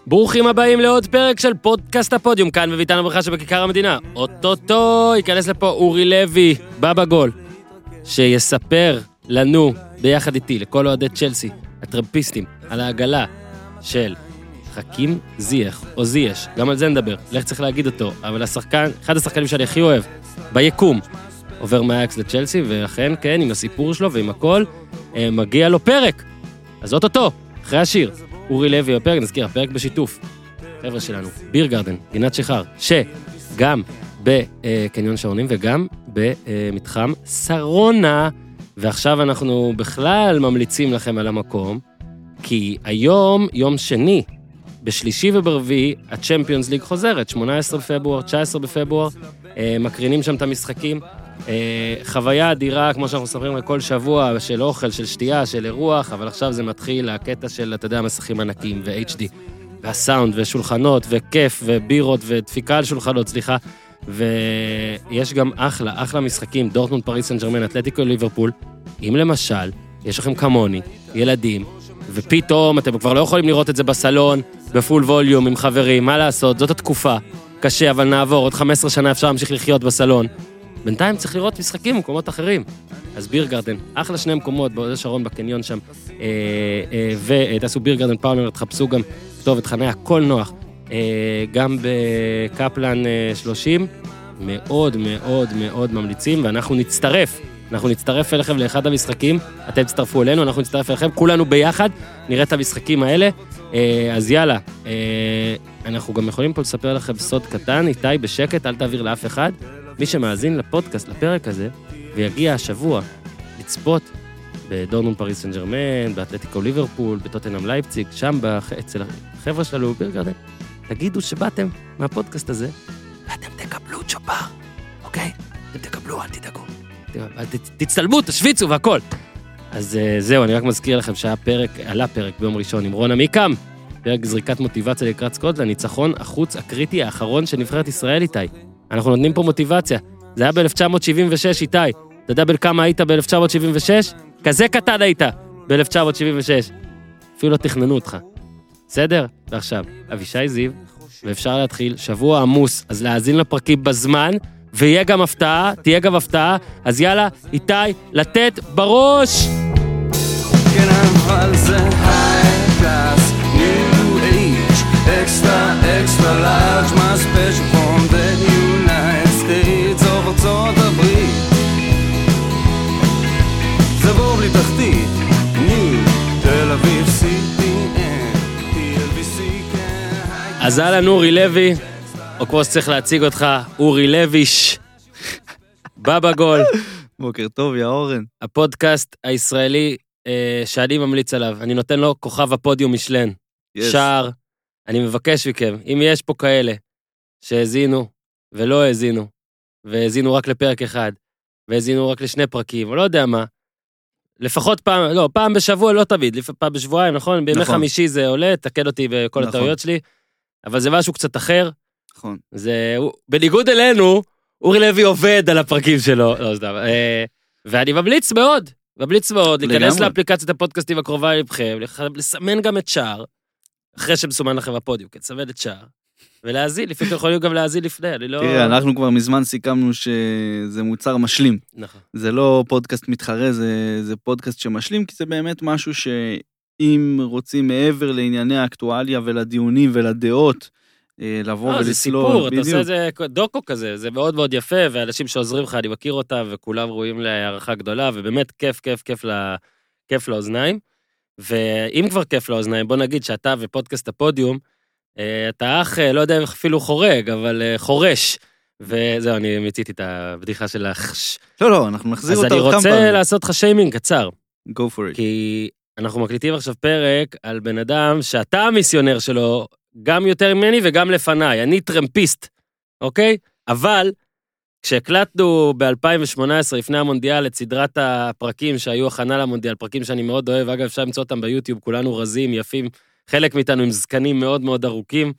ברוכים הבאים לעוד פרק של פודקאסט הפודיום, כאן בביתן הברכה שבכיכר המדינה. אוטוטו ייכנס לפה אורי לוי, בבא גול, שיספר לנו ביחד איתי, לכל אוהדי צ'לסי, הטרמפיסטים, על העגלה של חכים זייח, או זייש, גם על זה נדבר, לך צריך להגיד אותו, אבל השחקן, אחד השחקנים שאני הכי אוהב, ביקום, עובר מהאקס לצ'לסי, ואכן, כן, עם הסיפור שלו ועם הכל, מגיע לו פרק. אז אוטוטו, אחרי השיר, אורי לוי בפרק, נזכיר, הפרק בשיתוף, חבר'ה שלנו, ביר גרדן, גינת שחר, שגם בקניון שעונים וגם במתחם שרונה, ועכשיו אנחנו בכלל ממליצים לכם על המקום, כי היום, יום שני, בשלישי וברביעי, הצ'מפיונס ליג חוזרת, 18 בפברואר, 19 בפברואר, מקרינים שם את המשחקים, חוויה אדירה, כמו שאנחנו מספרים כל שבוע, של אוכל, של שתייה, של אירוח, אבל עכשיו זה מתחיל הקטע של, אתה יודע, מסכים ענקים, ו-HD, והסאונד, ושולחנות, וכיף, ובירות, ודפיקה על שולחנות, סליחה, ויש גם אחלה משחקים, דורטמונד, פריס סן ז'רמן, אתלטיקו, ליברפול, אם למשל, יש לכם כמוני, ילדים, ופתאום אתם כבר לא יכולים לראות את זה בסלון, בפול ווליום, עם חברים, מה לעשות, זאת התקופה, קשה, אבל נעבור, עוד 15 שנה אפשר להמשיך לחיות בסלון, בינתיים צריך לראות משחקים במקומות אחרים. אז ביר גרדן, אחלה שני מקומות, בעוד השרון בקניון שם, ותעשו ביר גרדן פאונר, תחפשו גם כתובת חניה, הכל נוח. גם בקפלן 30, מאוד מאוד מאוד ממליצים, ואנחנו נצטרף אליכם לאחד המשחקים, אתם תצטרפו אלינו, אנחנו נצטרף אליכם, כולנו ביחד, נראה את המשחקים האלה. אז יאללה, אנחנו גם יכולים פה לספר לכם סוד קטן, איתי בשקט, אל תעביר לאף אחד, מי שמאזין לפודקאסט, לפרק הזה, ויגיע השבוע לצפות בדורטמונד פריס סן ז'רמן, באתלטיקו ליברפול, בטוטנהאם לייפציג, שם אצל החבר'ה שלנו בביר גרדן, תגידו שבאתם מהפודקאסט הזה, ואתם תקבלו צ'ופר, אוקיי? אתם תקבלו, אל תדאגו. תצטלמו, תשוויצו והכל. אז זהו, אני רק מזכיר לכם עלה פרק ביום ראשון עם רון עמיקם, פרק זריקת מוטיבציה לקראת סקוטלנד, הניצחון החוץ הקריטי האחרון של נבחרת ישראל, איתי. אנחנו נותנים פה מוטיבציה. זה היה ב-1976, איתי. אתה יודע בכמה היית ב-1976? כזה קטן היית ב-1976. אפילו לא תכננו אותך. בסדר? ועכשיו, אבישי זיו, ואפשר להתחיל שבוע עמוס, אז להאזין לפרקים בזמן, ויהיה גם הפתעה, תהיה גם הפתעה, אז יאללה, איתי, לתת בראש! כן, אבל זה high class, new age, extra large, my special from the United States of ארצות הברית. זה בור בלי תחתית, new, תל אביב, CPN, TLBC, כן, אז אהלן אורי לוי, או כמו שצריך להציג אותך, אורי לויש, בבא גול. בוקר טוב, יא אורן. הפודקאסט הישראלי שאני ממליץ עליו, אני נותן לו כוכב הפודיום משלן, שער, אני מבקש מכם, אם יש פה כאלה שהזינו ולא הזינו, והזינו רק לפרק אחד, והזינו רק לשני פרקים, או לא יודע מה, לפחות פעם בשבוע, לא תמיד, פעם בשבועיים, נכון? בימי חמישי זה עולה, תקד אותי בכל הטעויות שלי, אבל זה משהו קצת אחר, נכון. זה, בניגוד אלינו, אורי לוי עובד על הפרקים שלו, לא סתם, ואני ממליץ מאוד, להיכנס לאפליקציית הפודקאסטים הקרובה לבכם, לסמן גם את שער, אחרי שמסומן לכם הפודיום, לסמן את שער, ולהזין, לפעמים יכולים גם להזין לפני, אני לא... תראה, אנחנו כבר מזמן סיכמנו שזה מוצר משלים. נכון. זה לא פודקאסט מתחרה, זה פודקאסט שמשלים, כי זה באמת משהו שאם רוצים מעבר לענייני האקטואליה ולדיונים ולדעות, לבוא ולסלול. זה סיפור, אתה עושה איזה דוקו כזה, זה מאוד מאוד יפה, ואנשים שעוזרים לך, אני מכיר אותם, וכולם רואים להערכה גדולה, ובאמת כיף לאוזניים, ואם כבר כיף לאוזניים, בוא נגיד שאתה ופודקאסט הפודיום, אתה אח, לא יודע איך אפילו חורג, אבל חורש, וזהו, אני מציתי את הבדיחה של החש. לא, אנחנו נחזיר אותה אז אני רוצה לעשות לך שיימינג קצר. Go for it. כי אנחנו מקליטים עכשיו פרק על בן אדם שאתה המיסיונר שלו, גם יותר ממני וגם לפניי, אני טרמפיסט, אוקיי? אבל כשהקלטנו ב-2018 לפני המונדיאל את סדרת הפרקים שהיו הכנה למונדיאל, פרקים שאני מאוד אוהב, אגב אפשר למצוא אותם ביוטיוב, כולנו רזים, יפים, חלק מאיתנו עם זקנים מאוד מאוד ארוכים.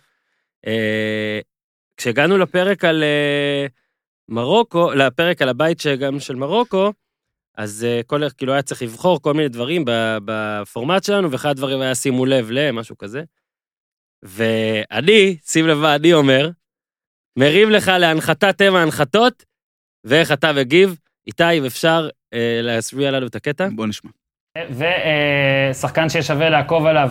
כשהגענו לפרק על מרוקו, לפרק על הבית שגם של מרוקו, אז כאילו היה צריך לבחור כל מיני דברים בפורמט שלנו, ואחד הדברים היה שימו לב למשהו כזה. ואני, שים לב מה אני אומר, מרים לך להנחתת תמה ההנחתות, ואיך אתה מגיב. איתי, אם אפשר להסביר לנו את הקטע. בוא נשמע. ושחקן ששווה לעקוב עליו,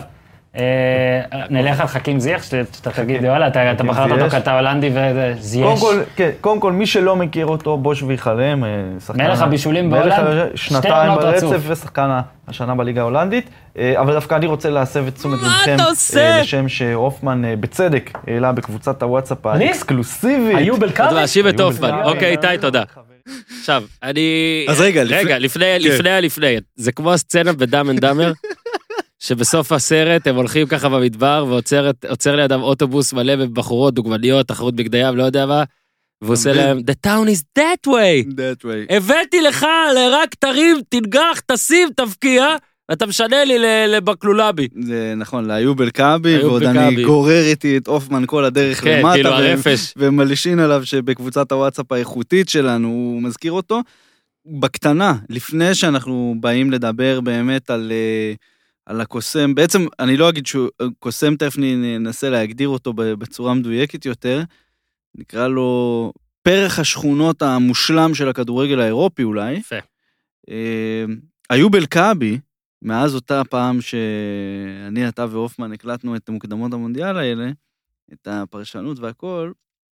נלך על חכים זיח, שאתה תגיד, וואלה, אתה בחרת אותו כתה הולנדי וזייש. קודם כל, מי שלא מכיר אותו, בוש ויחלם, שחקן... מלך הבישולים בהולנד, שנתיים ברצף ושחקן השנה בליגה ההולנדית, אבל דווקא אני רוצה להסב את תשומת לבכם לשם שהופמן בצדק העלה בקבוצת הוואטסאפ האקסקלוסיבית. איוב אלקאבי? אתה מאשים את הופמן. אוקיי, איתי, תודה. עכשיו, אני... אז רגע, לפני. זה כמו הסצנה בדאם אנד דאמר, שבסוף הסרט הם הולכים ככה במדבר, ועוצר לידם אוטובוס מלא בבחורות, דוגמניות, תחרות בגדי ים, לא יודע מה, והוא עושה להם, The town is that way. הבאתי לך, רק תרים, תנגח, תשים, תפקיע, אתה משנה לי לבקלולבי. זה נכון, לאיוב אלקאבי, ועוד אני גורר איתי את אופמן כל הדרך למטה, ומלשין עליו שבקבוצת הוואטסאפ האיכותית שלנו, הוא מזכיר אותו. בקטנה, לפני שאנחנו באים לדבר באמת על הקוסם, בעצם אני לא אגיד שהוא קוסם, תכף ננסה להגדיר אותו בצורה מדויקת יותר, נקרא לו פרח השכונות המושלם של הכדורגל האירופי אולי. יפה. איוב אלקאבי, מאז אותה פעם שאני, אתה ואופמן הקלטנו את מוקדמות המונדיאל האלה, את הפרשנות והכל,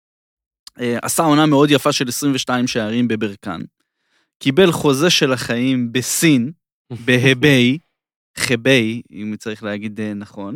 עשה עונה מאוד יפה של 22 שערים בברקן, קיבל חוזה של החיים בסין, בהבי, חבי, אם צריך להגיד נכון,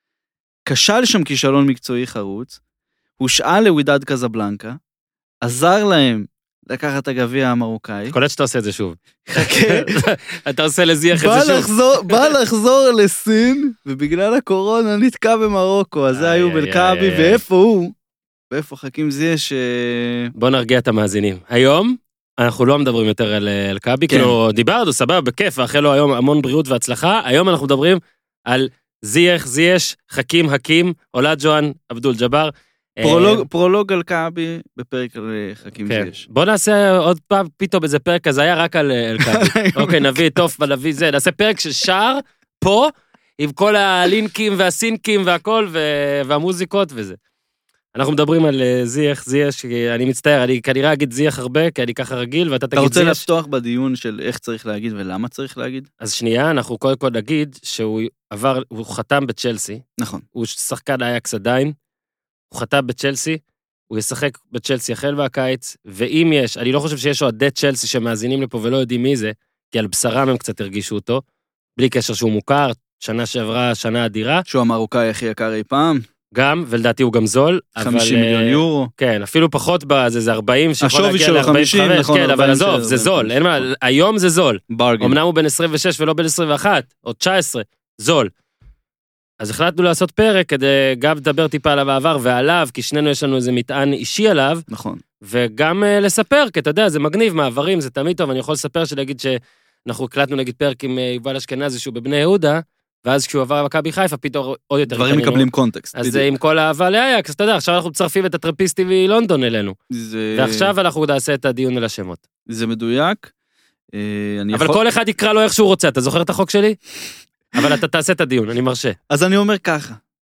כשל שם כישלון מקצועי חרוץ, הושאל לוידד קזבלנקה, עזר להם לקחת את הגביע המרוקאי. קולט שאתה עושה את זה שוב. חכה. אתה עושה לזיח את זה שוב. בא לחזור לסין, ובגלל הקורונה נתקע במרוקו, אז זה איוב אלקאבי, ואיפה הוא? ואיפה חכים זיח בוא נרגיע את המאזינים. היום, אנחנו לא מדברים יותר על אלקאבי, כאילו דיברנו, סבבה, בכיף, ואחרי לו היום המון בריאות והצלחה, היום אנחנו מדברים על זיח, חכים, הקים, אולד ג'ואן, אבדול ג'בר. פרולוג אלקאבי בפרק על חכים זיח. בוא נעשה עוד פעם, פתאום איזה פרק הזה היה רק על אלקאבי. אוקיי, נביא טוב, נביא זה, נעשה פרק של שער, פה, עם כל הלינקים והסינקים והכל, והמוזיקות וזה. אנחנו מדברים על זיח, אני מצטער, אני כנראה אגיד זיח הרבה, כי אני ככה רגיל, ואתה תגיד זיח. אתה רוצה לפתוח בדיון של איך צריך להגיד ולמה צריך להגיד? אז שנייה, אנחנו קודם כל נגיד שהוא עבר, הוא חתם בצ'לסי. נכון. הוא שחקן אייקס עדיין, הוא חתם בצ'לסי, הוא ישחק בצ'לסי החל והקיץ, ואם יש, אני לא חושב שיש אוהדי צ'לסי שמאזינים לפה ולא יודעים מי זה, כי על בשרם הם קצת הרגישו אותו, בלי קשר שהוא מוכר, שנה שעברה, שנה אדירה. שהוא המרוקאי הכי יקר אי פעם. גם, ולדעתי הוא גם זול. 50 מיליון יורו. כן, אפילו פחות בזה, זה 40 שיכול להגיע ל-45. השווי שלו 50, נכון. כן, אבל עזוב, זה זול, אין מה, היום זה זול. ברגן. אמנם הוא בן 26 ולא בן 21, או 19, זול. אז החלטנו לעשות פרק כדי גם לדבר טיפה על המעבר ועליו, כי שנינו יש לנו איזה מטען אישי עליו. נכון. וגם לספר, כי אתה יודע, זה מגניב, מעברים, זה תמיד טוב, אני יכול לספר שלהגיד שאנחנו הקלטנו נגיד פרק עם יובל אשכנזי שהוא בבני יהודה, ואז כשהוא עבר למכבי חיפה, פתאום עוד יותר... דברים מקבלים קונטקסט. אז עם כל האהבה לאייקס, אתה יודע, עכשיו אנחנו מצרפים את הטרפיסטי מלונדון אלינו. ועכשיו אנחנו נעשה את הדיון על השמות. זה מדויק. אבל כל אחד יקרא לו איך שהוא רוצה, אתה זוכר את החוק שלי? אבל אתה תעשה את הדיון, אני מרשה. אז אני אומר ככה.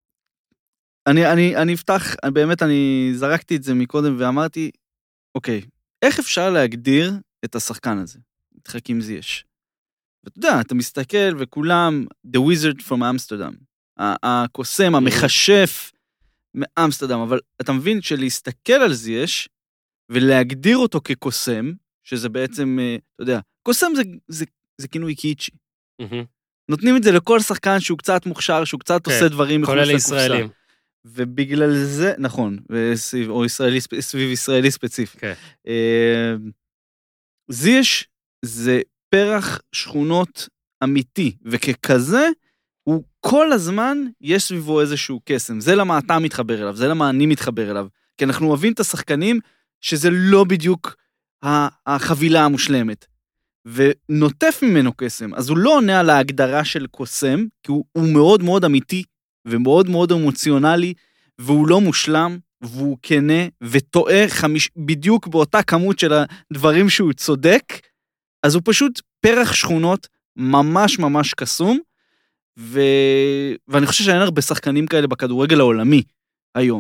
אני אפתח, באמת אני זרקתי את זה מקודם ואמרתי, אוקיי, איך אפשר להגדיר את השחקן הזה? את חכים זיח. ואתה יודע, אתה מסתכל וכולם, The Wizard from Amsterdam, הקוסם, המחשף מאמסטרדם, אבל אתה מבין שלהסתכל על זיח, ולהגדיר אותו כקוסם, שזה בעצם, אתה יודע, קוסם זה כינוי קיצ'י. נותנים את זה לכל שחקן שהוא קצת מוכשר, שהוא קצת עושה דברים מחוץ לקופסה. ובגלל זה, נכון, או סביב ישראלי ספציפי. זיח זה פרח שכונות אמיתי, וככזה, הוא כל הזמן יש סביבו איזשהו קסם. זה למה אתה מתחבר אליו, זה למה אני מתחבר אליו. כי אנחנו אוהבים את השחקנים, שזה לא בדיוק החבילה המושלמת. ונוטף ממנו קסם. אז הוא לא עונה על ההגדרה של קוסם, כי הוא מאוד מאוד אמיתי, ומאוד מאוד אמוציונלי, והוא לא מושלם, והוא כנה, וטועה בדיוק באותה כמות של הדברים שהוא צודק, אז הוא פשוט פרח שכונות ממש ממש קסום, ואני חושב שאין הרבה שחקנים כאלה בכדורגל העולמי היום.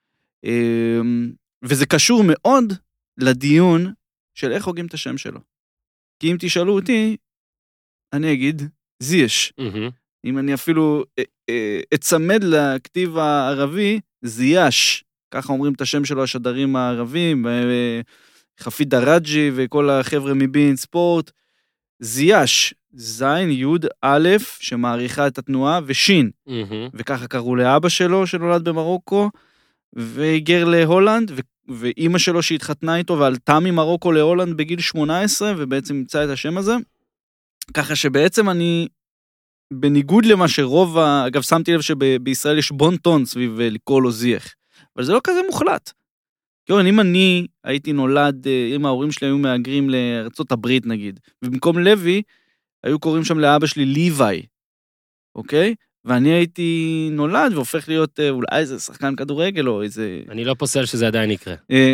וזה קשור מאוד לדיון של איך הוגים את השם שלו. כי אם תשאלו אותי, אני אגיד, זייש. אם אני אפילו אצמד לכתיב הערבי, זייש. ככה אומרים את השם שלו השדרים הערבים, חפיד דרג'י וכל החבר'ה מבין ספורט. זייש, זין, יוד, א', שמעריכה את התנועה, ושין. וככה קראו לאבא שלו, שנולד במרוקו, והיגר להולנד, ואימא שלו שהתחתנה איתו, ועלתה ממרוקו להולנד בגיל 18, ובעצם ימצא את השם הזה. ככה שבעצם אני, בניגוד למה שרוב, אגב, שמתי לב שבישראל יש בון טון סביב לקרוא לו זייך, אבל זה לא כזה מוחלט. כאילו, אם אני הייתי נולד, אם ההורים שלי היו מהגרים לארצות הברית נגיד, ובמקום לוי, היו קוראים שם לאבא שלי ליווי, אוקיי? ואני הייתי נולד והופך להיות אולי איזה שחקן כדורגל או איזה... אני לא פוסל שזה עדיין יקרה.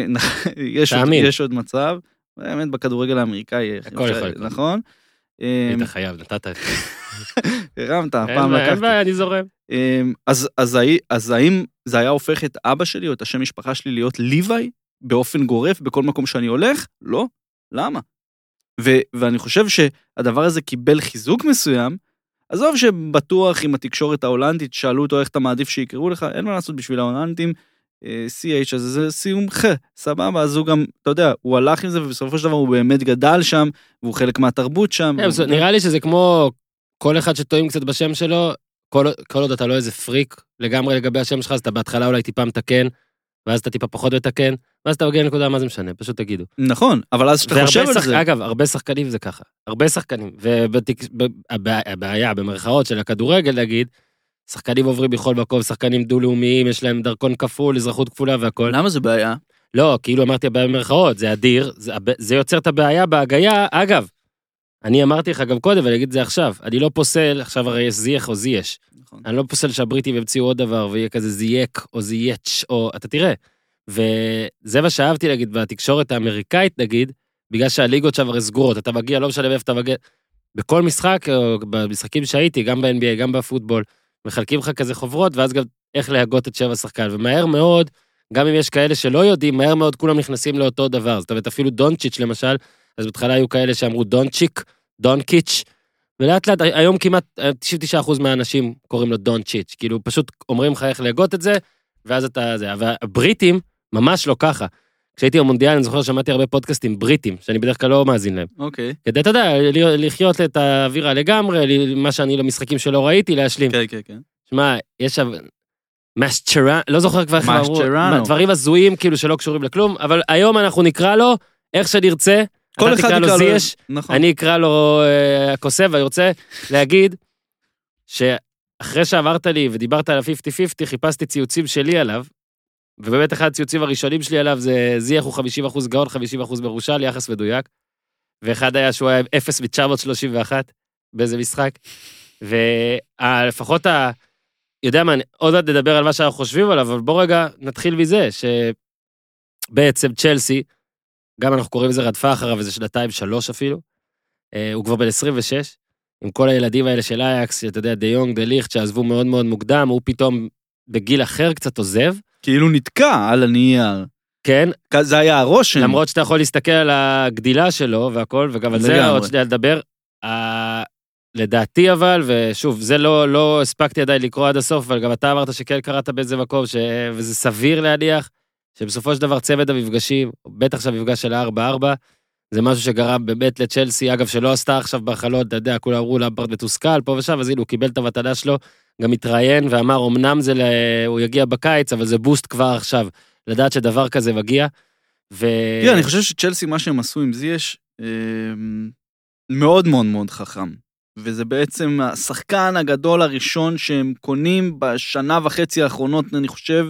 יש עוד מצב, באמת בכדורגל האמריקאי. הכל יכול לקרות. נכון? היית חייב, נתת את זה. הרמת, הפעם לקחתי. אין בעיה, אני זורם. אז האם זה היה הופך את אבא שלי או את השם משפחה שלי להיות ליווי באופן גורף בכל מקום שאני הולך? לא. למה? ואני חושב שהדבר הזה קיבל חיזוק מסוים, עזוב שבטוח עם התקשורת ההולנדית, שאלו אותו איך אתה מעדיף שיקראו לך, אין מה לעשות בשביל ההולנדים, CH, אז זה סיום סבבה, אז הוא גם, אתה יודע, הוא הלך עם זה, ובסופו של דבר הוא באמת גדל שם, והוא חלק מהתרבות שם. נראה לי שזה כמו כל אחד שטועים קצת בשם שלו, כל עוד אתה לא איזה פריק לגמרי לגבי השם שלך, אז אתה בהתחלה אולי טיפה מתקן, ואז אתה טיפה פחות מתקן, ואז אתה מגיע לנקודה, מה זה משנה, פשוט תגידו. נכון, אבל אז שאתה חושב על זה. אגב, הרבה שחקנים זה ככה, הרבה שחקנים, והבעיה במרכאות של הכדורגל, נגיד, שחקנים עוברים בכל מקום, שחקנים דו-לאומיים, יש להם דרכון כפול, אזרחות כפולה והכל. למה זה בעיה? לא, כאילו אמרתי הבעיה במרכאות, זה אדיר, זה יוצר את הבעיה בהגייה, אגב, אני אמרתי לך גם קודם, ואני אגיד את זה עכשיו, אני לא פוסל, עכשיו הרי יש זייך או זייש, אני לא פוסל שהבריטים ימציאו עוד דבר, ויהיה כזה זייק או זייץ' או, אתה תראה, וזה מה שאהבתי להגיד, בתקשורת האמריקאית נגיד, בגלל שהליגות שם הרי סגורות, אתה מגיע, לא משנה איפה אתה מגיע, בכל משחק, או במשחקים שהייתי, גם ב-NBA, גם בפוטבול, מחלקים לך כזה חוברות, ואז גם איך להגות את שם השחקן, ומהר מאוד, גם אם יש כאלה שלא יודעים, מהר מאוד כולם נכנסים לאותו דבר, זאת אומרת, אפילו דונצ'יץ' למשל, אז בהתחלה היו כאלה שאמרו דונצ'יק, דונקיץ', ולאט לאט, היום כמעט 99% מהאנשים קוראים לו דונצ'יץ', כאילו פשוט אומרים לך איך להגות את זה, ואז אתה זה, אבל הבריטים ממש לא ככה. כשהייתי במונדיאל, אני זוכר שמעתי הרבה פודקאסטים בריטים, שאני בדרך כלל לא מאזין להם. אוקיי. כדי, אתה יודע, לחיות את האווירה לגמרי, מה שאני למשחקים שלא ראיתי, להשלים. כן, כן, כן. שמע, יש שם, לא זוכר כבר איך אמרו, דברים הזויים כאילו שלא קשורים לכלום, אבל היום אנחנו נקרא לו, איך שנרצה, אתה תקרא לו זייש, אני אקרא לו הכוסף, ואני רוצה להגיד, שאחרי שעברת לי ודיברת על ה-50-50, חיפשתי ציוצים שלי עליו, ובאמת אחד הציוצים הראשונים שלי עליו זה זייח הוא 50% גאון, 50% מרושל, יחס מדויק, ואחד היה שהוא היה 0 מ-931 באיזה משחק, ולפחות יודע מה, עוד עד נדבר על מה שאנחנו חושבים עליו, אבל בוא רגע נתחיל מזה, שבעצם צ'לסי, גם אנחנו קוראים לזה רדפה אחריו, וזה 2-3 אפילו, הוא כבר בן 26, עם כל הילדים האלה של אייקס, אתה יודע, דה יונג, דה ליכט, שעזבו מאוד מאוד מוקדם, הוא פתאום בגיל אחר קצת עוזב. כאילו נתקע על הנייר. כן. זה היה הרושם. למרות שאתה יכול להסתכל על הגדילה שלו והכל, וגם על זה עוד שנייה לדבר. לדעתי אבל, ושוב, זה לא הספקתי עדיין לקרוא עד הסוף, אבל גם אתה אמרת שכן קראת באיזה מקום, וזה סביר להניח, שבסופו של דבר צוות המפגשים, בטח שהמפגש של 4-4, זה משהו שגרם באמת לצ'לסי, אגב שלא עשתה עכשיו בחלון, אתה יודע, כולם אמרו למפרד מתוסכל פה ושם, אז הנה הוא קיבל את המתנה שלו, גם התראיין ואמר, אמנם הוא יגיע בקיץ, אבל זה בוסט כבר עכשיו, לדעת שדבר כזה מגיע. אני חושב שצ'לסי, מה שהם עשו עם זייש, מאוד מאוד מאוד חכם. וזה בעצם השחקן הגדול הראשון שהם קונים בשנה וחצי האחרונות, אני חושב,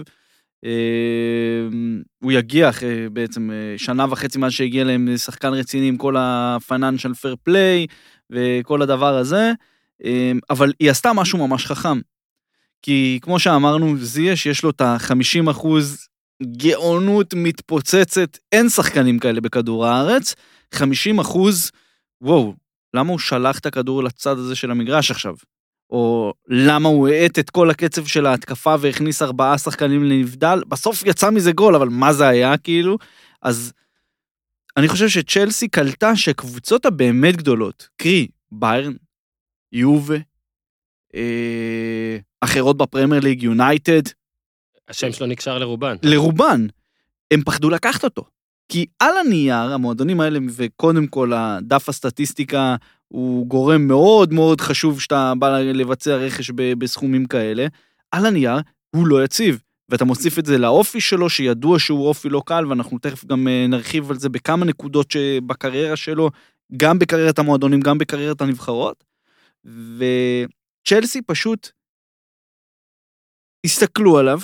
הוא יגיע בעצם שנה וחצי מאז שהגיע להם שחקן רציני עם כל ה-financial fair play וכל הדבר הזה, אבל היא עשתה משהו ממש חכם. כי כמו שאמרנו, זייש, יש לו את ה-50% גאונות מתפוצצת, אין שחקנים כאלה בכדור הארץ, 50%, וואו, למה הוא שלח את הכדור לצד הזה של המגרש עכשיו? או למה הוא העט את כל הקצב של ההתקפה והכניס 4 שחקנים לנבדל, בסוף יצא מזה גול, אבל מה זה היה כאילו? אז אני חושב שצ'לסי קלטה שקבוצות הבאמת גדולות, קרי ביירן, יובה, אחרות בפרמייר ליג, יונייטד, השם שלו נקשר לרובן. לרובן, הם פחדו לקחת אותו. כי על הנייר, המועדונים האלה, וקודם כל הדף הסטטיסטיקה, הוא גורם מאוד מאוד חשוב שאתה בא לבצע רכש בסכומים כאלה, על הנייר הוא לא יציב, ואתה מוסיף את זה לאופי שלו, שידוע שהוא אופי לא קל, ואנחנו תכף גם נרחיב על זה בכמה נקודות שבקריירה שלו, גם בקריירת המועדונים, גם בקריירת הנבחרות, וצ'לסי פשוט הסתכלו עליו,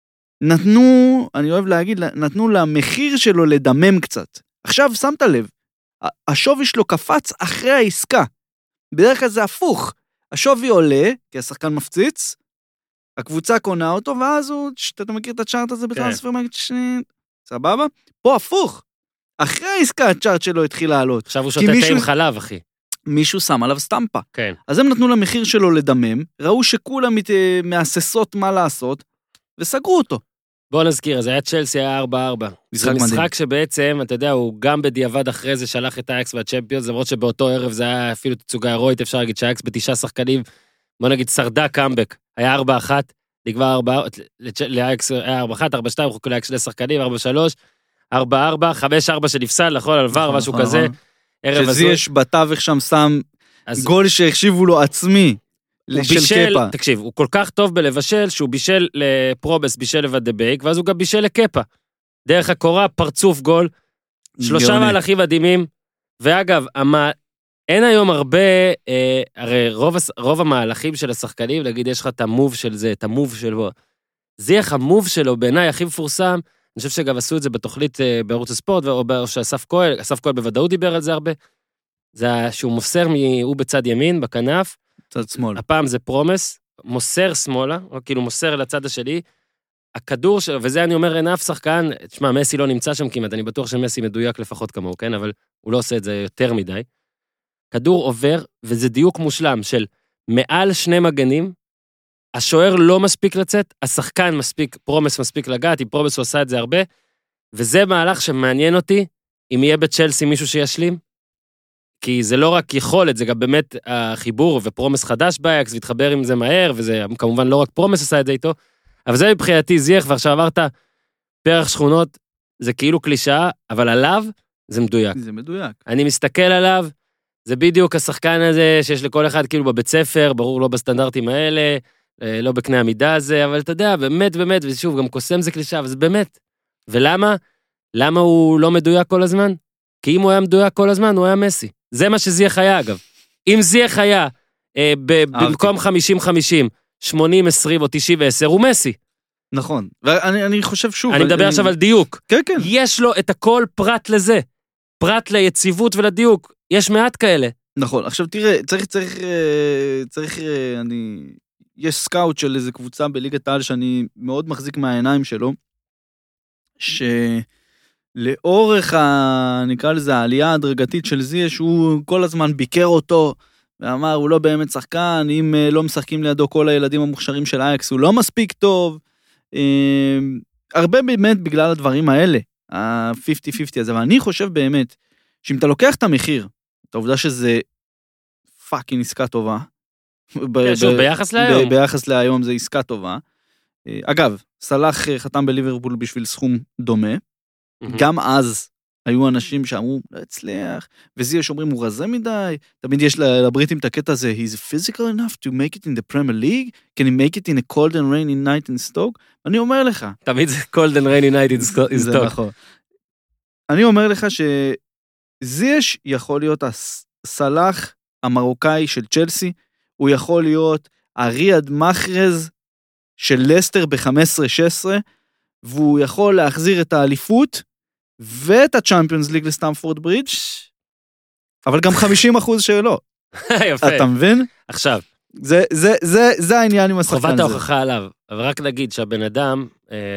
נתנו, אני אוהב להגיד, נתנו למחיר שלו לדמם קצת. עכשיו שמת לב, השווי שלו קפץ אחרי העסקה. בדרך כלל זה הפוך. השווי עולה, כי השחקן מפציץ, הקבוצה קונה אותו, ואז הוא, אתה מכיר את הצ'ארט הזה בטרנספר, סבבה? פה הפוך. אחרי העסקה הצ'ארט שלו התחיל לעלות. עכשיו הוא שותה תה עם חלב, אחי. מישהו שם עליו סטמפה. כן. אז הם נתנו למחיר שלו לדמם, ראו שכולם מאססות מה לעשות, וסגרו אותו. בוא נזכיר, זה היה צ'לסי, היה 4-4. זה משחק שבעצם, אתה יודע, הוא גם בדיעבד אחרי זה שלח את האקס והצ'מפיונס, למרות שבאותו ערב זה היה אפילו תצוגה הירואית, אפשר להגיד שהאקס ב9 שחקנים, בוא נגיד שרדה קאמבק, היה 4-1, נקבע 4, לאקס היה 4-1, 4-2, חוקו לאקס 2 שחקנים, 4-3, 4-4, 5-4 שנפסל, נכון, על ור, משהו כזה. שזיש בתווך שם שם גול שהחשיבו לו עצמי. בישל, תקשיב, הוא כל כך טוב בלבשל, שהוא בישל לפרובס, בישל לבד דבייק, ואז הוא גם בישל לקפה. דרך הקורה, פרצוף גול, 3 מהלכים מדהימים, ואגב, אין היום הרבה, הרי רוב המהלכים של השחקנים, נגיד יש לך את המוב של זה, את המוב שלו, זה איך המוב שלו בעיניי הכי מפורסם, אני חושב שגם עשו את זה בתוכנית בערוץ הספורט, או שאסף כהן בוודאות דיבר על זה הרבה, זה שהוא מוסר הוא בצד ימין, בכנף, צד שמאל. הפעם זה פרומס, מוסר שמאלה, או כאילו מוסר לצד השני, הכדור שלו, וזה אני אומר, אין אף שחקן, תשמע, מסי לא נמצא שם כמעט, אני בטוח שמסי מדויק לפחות כמוהו, כן? אבל הוא לא עושה את זה יותר מדי. כדור עובר, וזה דיוק מושלם של מעל 2 מגנים, השוער לא מספיק לצאת, השחקן מספיק, פרומס מספיק לגעת, עם פרומס הוא עושה את זה הרבה, וזה מהלך שמעניין אותי, אם יהיה בצ'לסי מישהו שישלים, כי זה לא רק יכולת, זה גם באמת החיבור, ופרומס חדש באייקס, והתחבר עם זה מהר, וזה כמובן לא רק פרומס עשה את זה איתו, אבל זה מבחינתי זייך, ועכשיו עברת פרח שכונות, זה כאילו קלישאה, אבל עליו זה מדויק. זה מדויק. אני מסתכל עליו, זה בדיוק השחקן הזה, שיש לכל אחד כאילו בבית ספר, ברור לא בסטנדרטים האלה, לא בקנה המידה הזה, אבל אתה יודע, באמת, באמת, ושוב, גם קוסם זה קלישאה, אבל זה באמת. ולמה? למה הוא לא מדויק כל הזמן? כי אם הוא היה מדויק כל הזמן, הוא היה מסי. זה מה שזייך היה, אגב. אם זייך היה במקום 50-50, 80-20 או 90-10, הוא מסי. נכון. ואני חושב שוב... אני מדבר עכשיו על דיוק. כן, כן. יש לו את הכל פרט לזה. פרט ליציבות ולדיוק. יש מעט כאלה. נכון. עכשיו תראה, צריך, יש סקאוט של איזו קבוצה בליגת העל שאני מאוד מחזיק מהעיניים שלו, לאורך, נקרא לזה, העלייה ההדרגתית של זייש, הוא כל הזמן ביקר אותו, ואמר, הוא לא באמת שחקן, אם לא משחקים לידו כל הילדים המוכשרים של אייקס, הוא לא מספיק טוב, הרבה באמת בגלל הדברים האלה, ה-50-50 הזה, אבל אני חושב באמת, שאם אתה לוקח את המחיר, את העובדה שזה פאקינג עסקה טובה, ביחס להיום. ביחס להיום זה עסקה טובה, אגב, סלאח חתם בליברפול בשביל סכום דומה, גם אז היו אנשים שאמרו, לא הצליח, וזיש אומרים, הוא רזה מדי, תמיד יש לבריטים את הקטע הזה, he's physical enough to make it in the Premier League, can he make it in a cold and rainy night in Stoke? אני אומר לך. תמיד זה cold and rainy night in Stoke. זה נכון. אני אומר לך שזיש יכול להיות הסלאח המרוקאי של צ'לסי, הוא יכול להיות הריאד מחרז של לסטר ב-15-16, והוא יכול להחזיר את האליפות, ואת הצ'אמפיונס ליג לסטמפורד ברידג', אבל גם 50% שלו. יפה. אתה מבין? עכשיו. זה העניין עם השחקן הזה. חובת ההוכחה עליו, אבל רק נגיד שהבן אדם,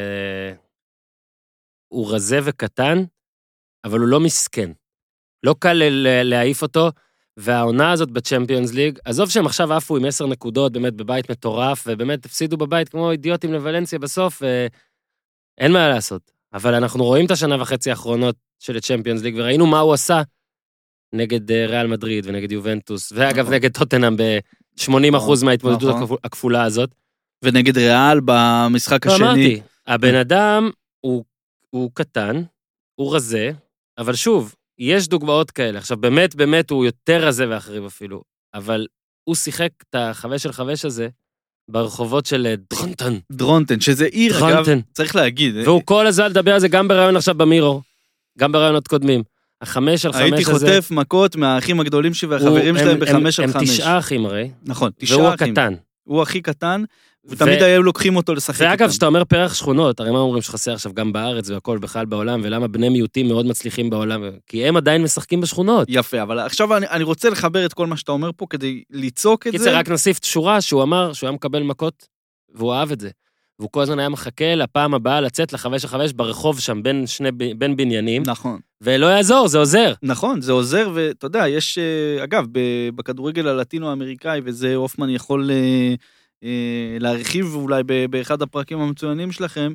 הוא רזה וקטן, אבל הוא לא מסכן. לא קל להעיף אותו, והעונה הזאת בצ'מפיונס ליג, עזוב שהם עכשיו עפו עם 10 נקודות, באמת בבית מטורף, ובאמת הפסידו בבית כמו אידיוטים לוולנסיה בסוף, אין מה לעשות. אבל אנחנו רואים את השנה וחצי האחרונות של הצ'מפיונס ליג, וראינו מה הוא עשה נגד ריאל מדריד ונגד יובנטוס, ואגב נגד טוטנהאם ב-80% מההתמודדות הכפולה הזאת. ונגד ריאל במשחק השני. אמרתי, הבן אדם הוא קטן, הוא רזה, אבל שוב, יש דוגמאות כאלה. עכשיו, באמת הוא יותר רזה ואחריב אפילו, אבל הוא שיחק את החווה של חווה הזה ברחובות של דרונטן, שזה עיר, אגב, צריך להגיד. והוא כל הזמן לדבר על זה גם ברעיון עכשיו במירו, גם ברעיונות קודמים. 5 על 5 הזה... הייתי חוטף מכות מהאחים הגדולים והחברים שלהם ב5 על 5. הם 9 אחים הרי. נכון, 9 אחים. והוא הקטן. הוא הכי קטן, ותמיד היו לוקחים אותו לשחק איתם. ואגב, שאתה אומר פרח שכונות, הרי מה אומרים שחסר עכשיו גם בארץ והכל בכלל בעולם, ולמה בני מיעוטים מאוד מצליחים בעולם, כי הם עדיין משחקים בשכונות. יפה, אבל עכשיו אני רוצה לחבר את כל מה שאתה אומר פה, כדי ליצוק את זה. קיצר, רק נוסיף שורה שהוא אמר שהוא היה מקבל מכות, והוא אהב את זה. והוא כל הזמן היה מחכה לפעם הבאה לצאת לחווה של חווה ברחוב שם, בין בניינים. נכון. ולא יעזור, זה עוזר. נכון, זה עוזר, ואתה יודע, יש, אגב, בכדורגל הלטינו-אמריקאי, וזה הופמן יכול להרחיב אולי באחד הפרקים המצוינים שלכם,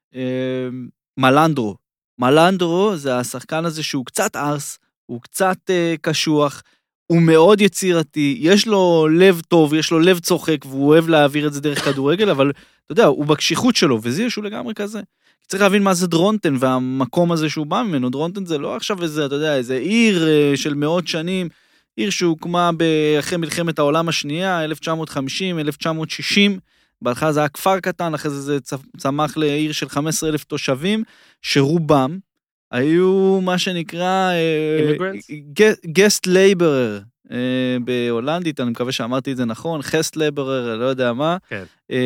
מלנדרו זה השחקן הזה שהוא קצת ארס, הוא קצת קשוח, הוא מאוד יצירתי, יש לו לב טוב, יש לו לב צוחק, והוא אוהב להעביר את זה דרך כדורגל, אבל אתה יודע, הוא בקשיחות שלו, וזה שהוא לגמרי כזה. צריך להבין מה זה דרונטן, והמקום הזה שהוא בא ממנו. דרונטן זה לא עכשיו איזה, אתה יודע, איזה עיר של מאות שנים, עיר שהוקמה אחרי מלחמת העולם השנייה, 1950, 1960, בהתחלה זה היה כפר קטן, אחרי זה צמח לעיר של 15,000 תושבים, שרובם היו מה שנקרא guest laborer בהולנדית, אני מקווה שאמרתי את זה נכון, guest laborer, לא יודע מה, כן.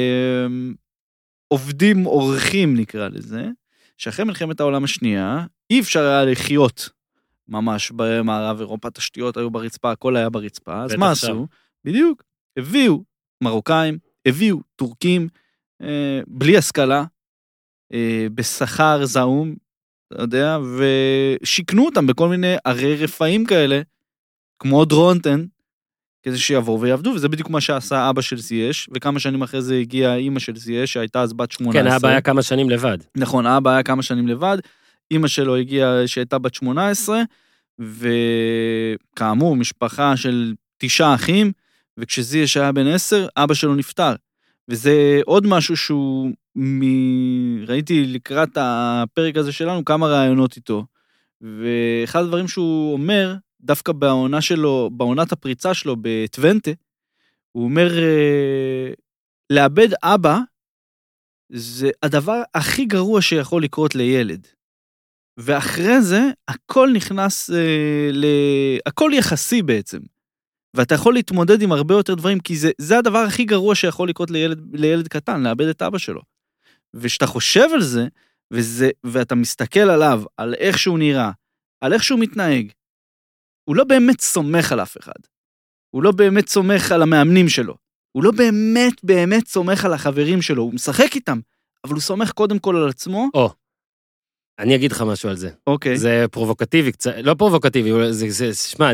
עובדים אורחים נקרא לזה, שאחרי מלחמת העולם השנייה, אי אפשר היה לחיות ממש במערב אירופה, תשתיות היו ברצפה, הכל היה ברצפה, אז מה עשו? בדיוק, הביאו מרוקאים, הביאו טורקים, בלי השכלה, בשכר זעום, אתה יודע, ושיקנו אותם בכל מיני ערי רפאים כאלה, כמו דרונטן, כדי שיבואו ויעבדו, וזה בדיוק מה שעשה אבא של זייש, וכמה שנים אחרי זה הגיעה אמא של זייש, שהייתה אז בת 18. כן, אבא היה כמה שנים לבד. נכון, אבא היה כמה שנים לבד, אמא שלו הגיעה שהייתה בת 18, וכאמור, משפחה של 9 אחים, וכשזייש היה בן 10, אבא שלו נפטר. וזה עוד משהו שהוא, ראיתי לקראת הפרק הזה שלנו, כמה רעיונות איתו, ואחד הדברים שהוא אומר, דווקא בעונת הפריצה שלו בטוונטה, הוא אומר, לאבד אבא, זה הדבר הכי גרוע שיכול לקרות לילד. ואחרי זה, הכל נכנס, הכל יחסי בעצם. ואתה יכול להתמודד עם הרבה יותר דברים, כי זה הדבר הכי גרוע שיכול לקרות לילד קטן, לאבד את אבא שלו. ושאתה חושב על זה, ואתה מסתכל עליו, על איך שהוא נראה, על איך שהוא מתנהג, הוא לא באמת סומך על אף אחד. הוא לא באמת סומך על המאמנים שלו. הוא לא באמת סומך על החברים שלו. הוא משחק איתם, אבל הוא סומך קודם כל על עצמו. אני אגיד לך משהו על זה. אוקיי. זה פרובוקטיבי, לא פרובוקטיבי, שמע,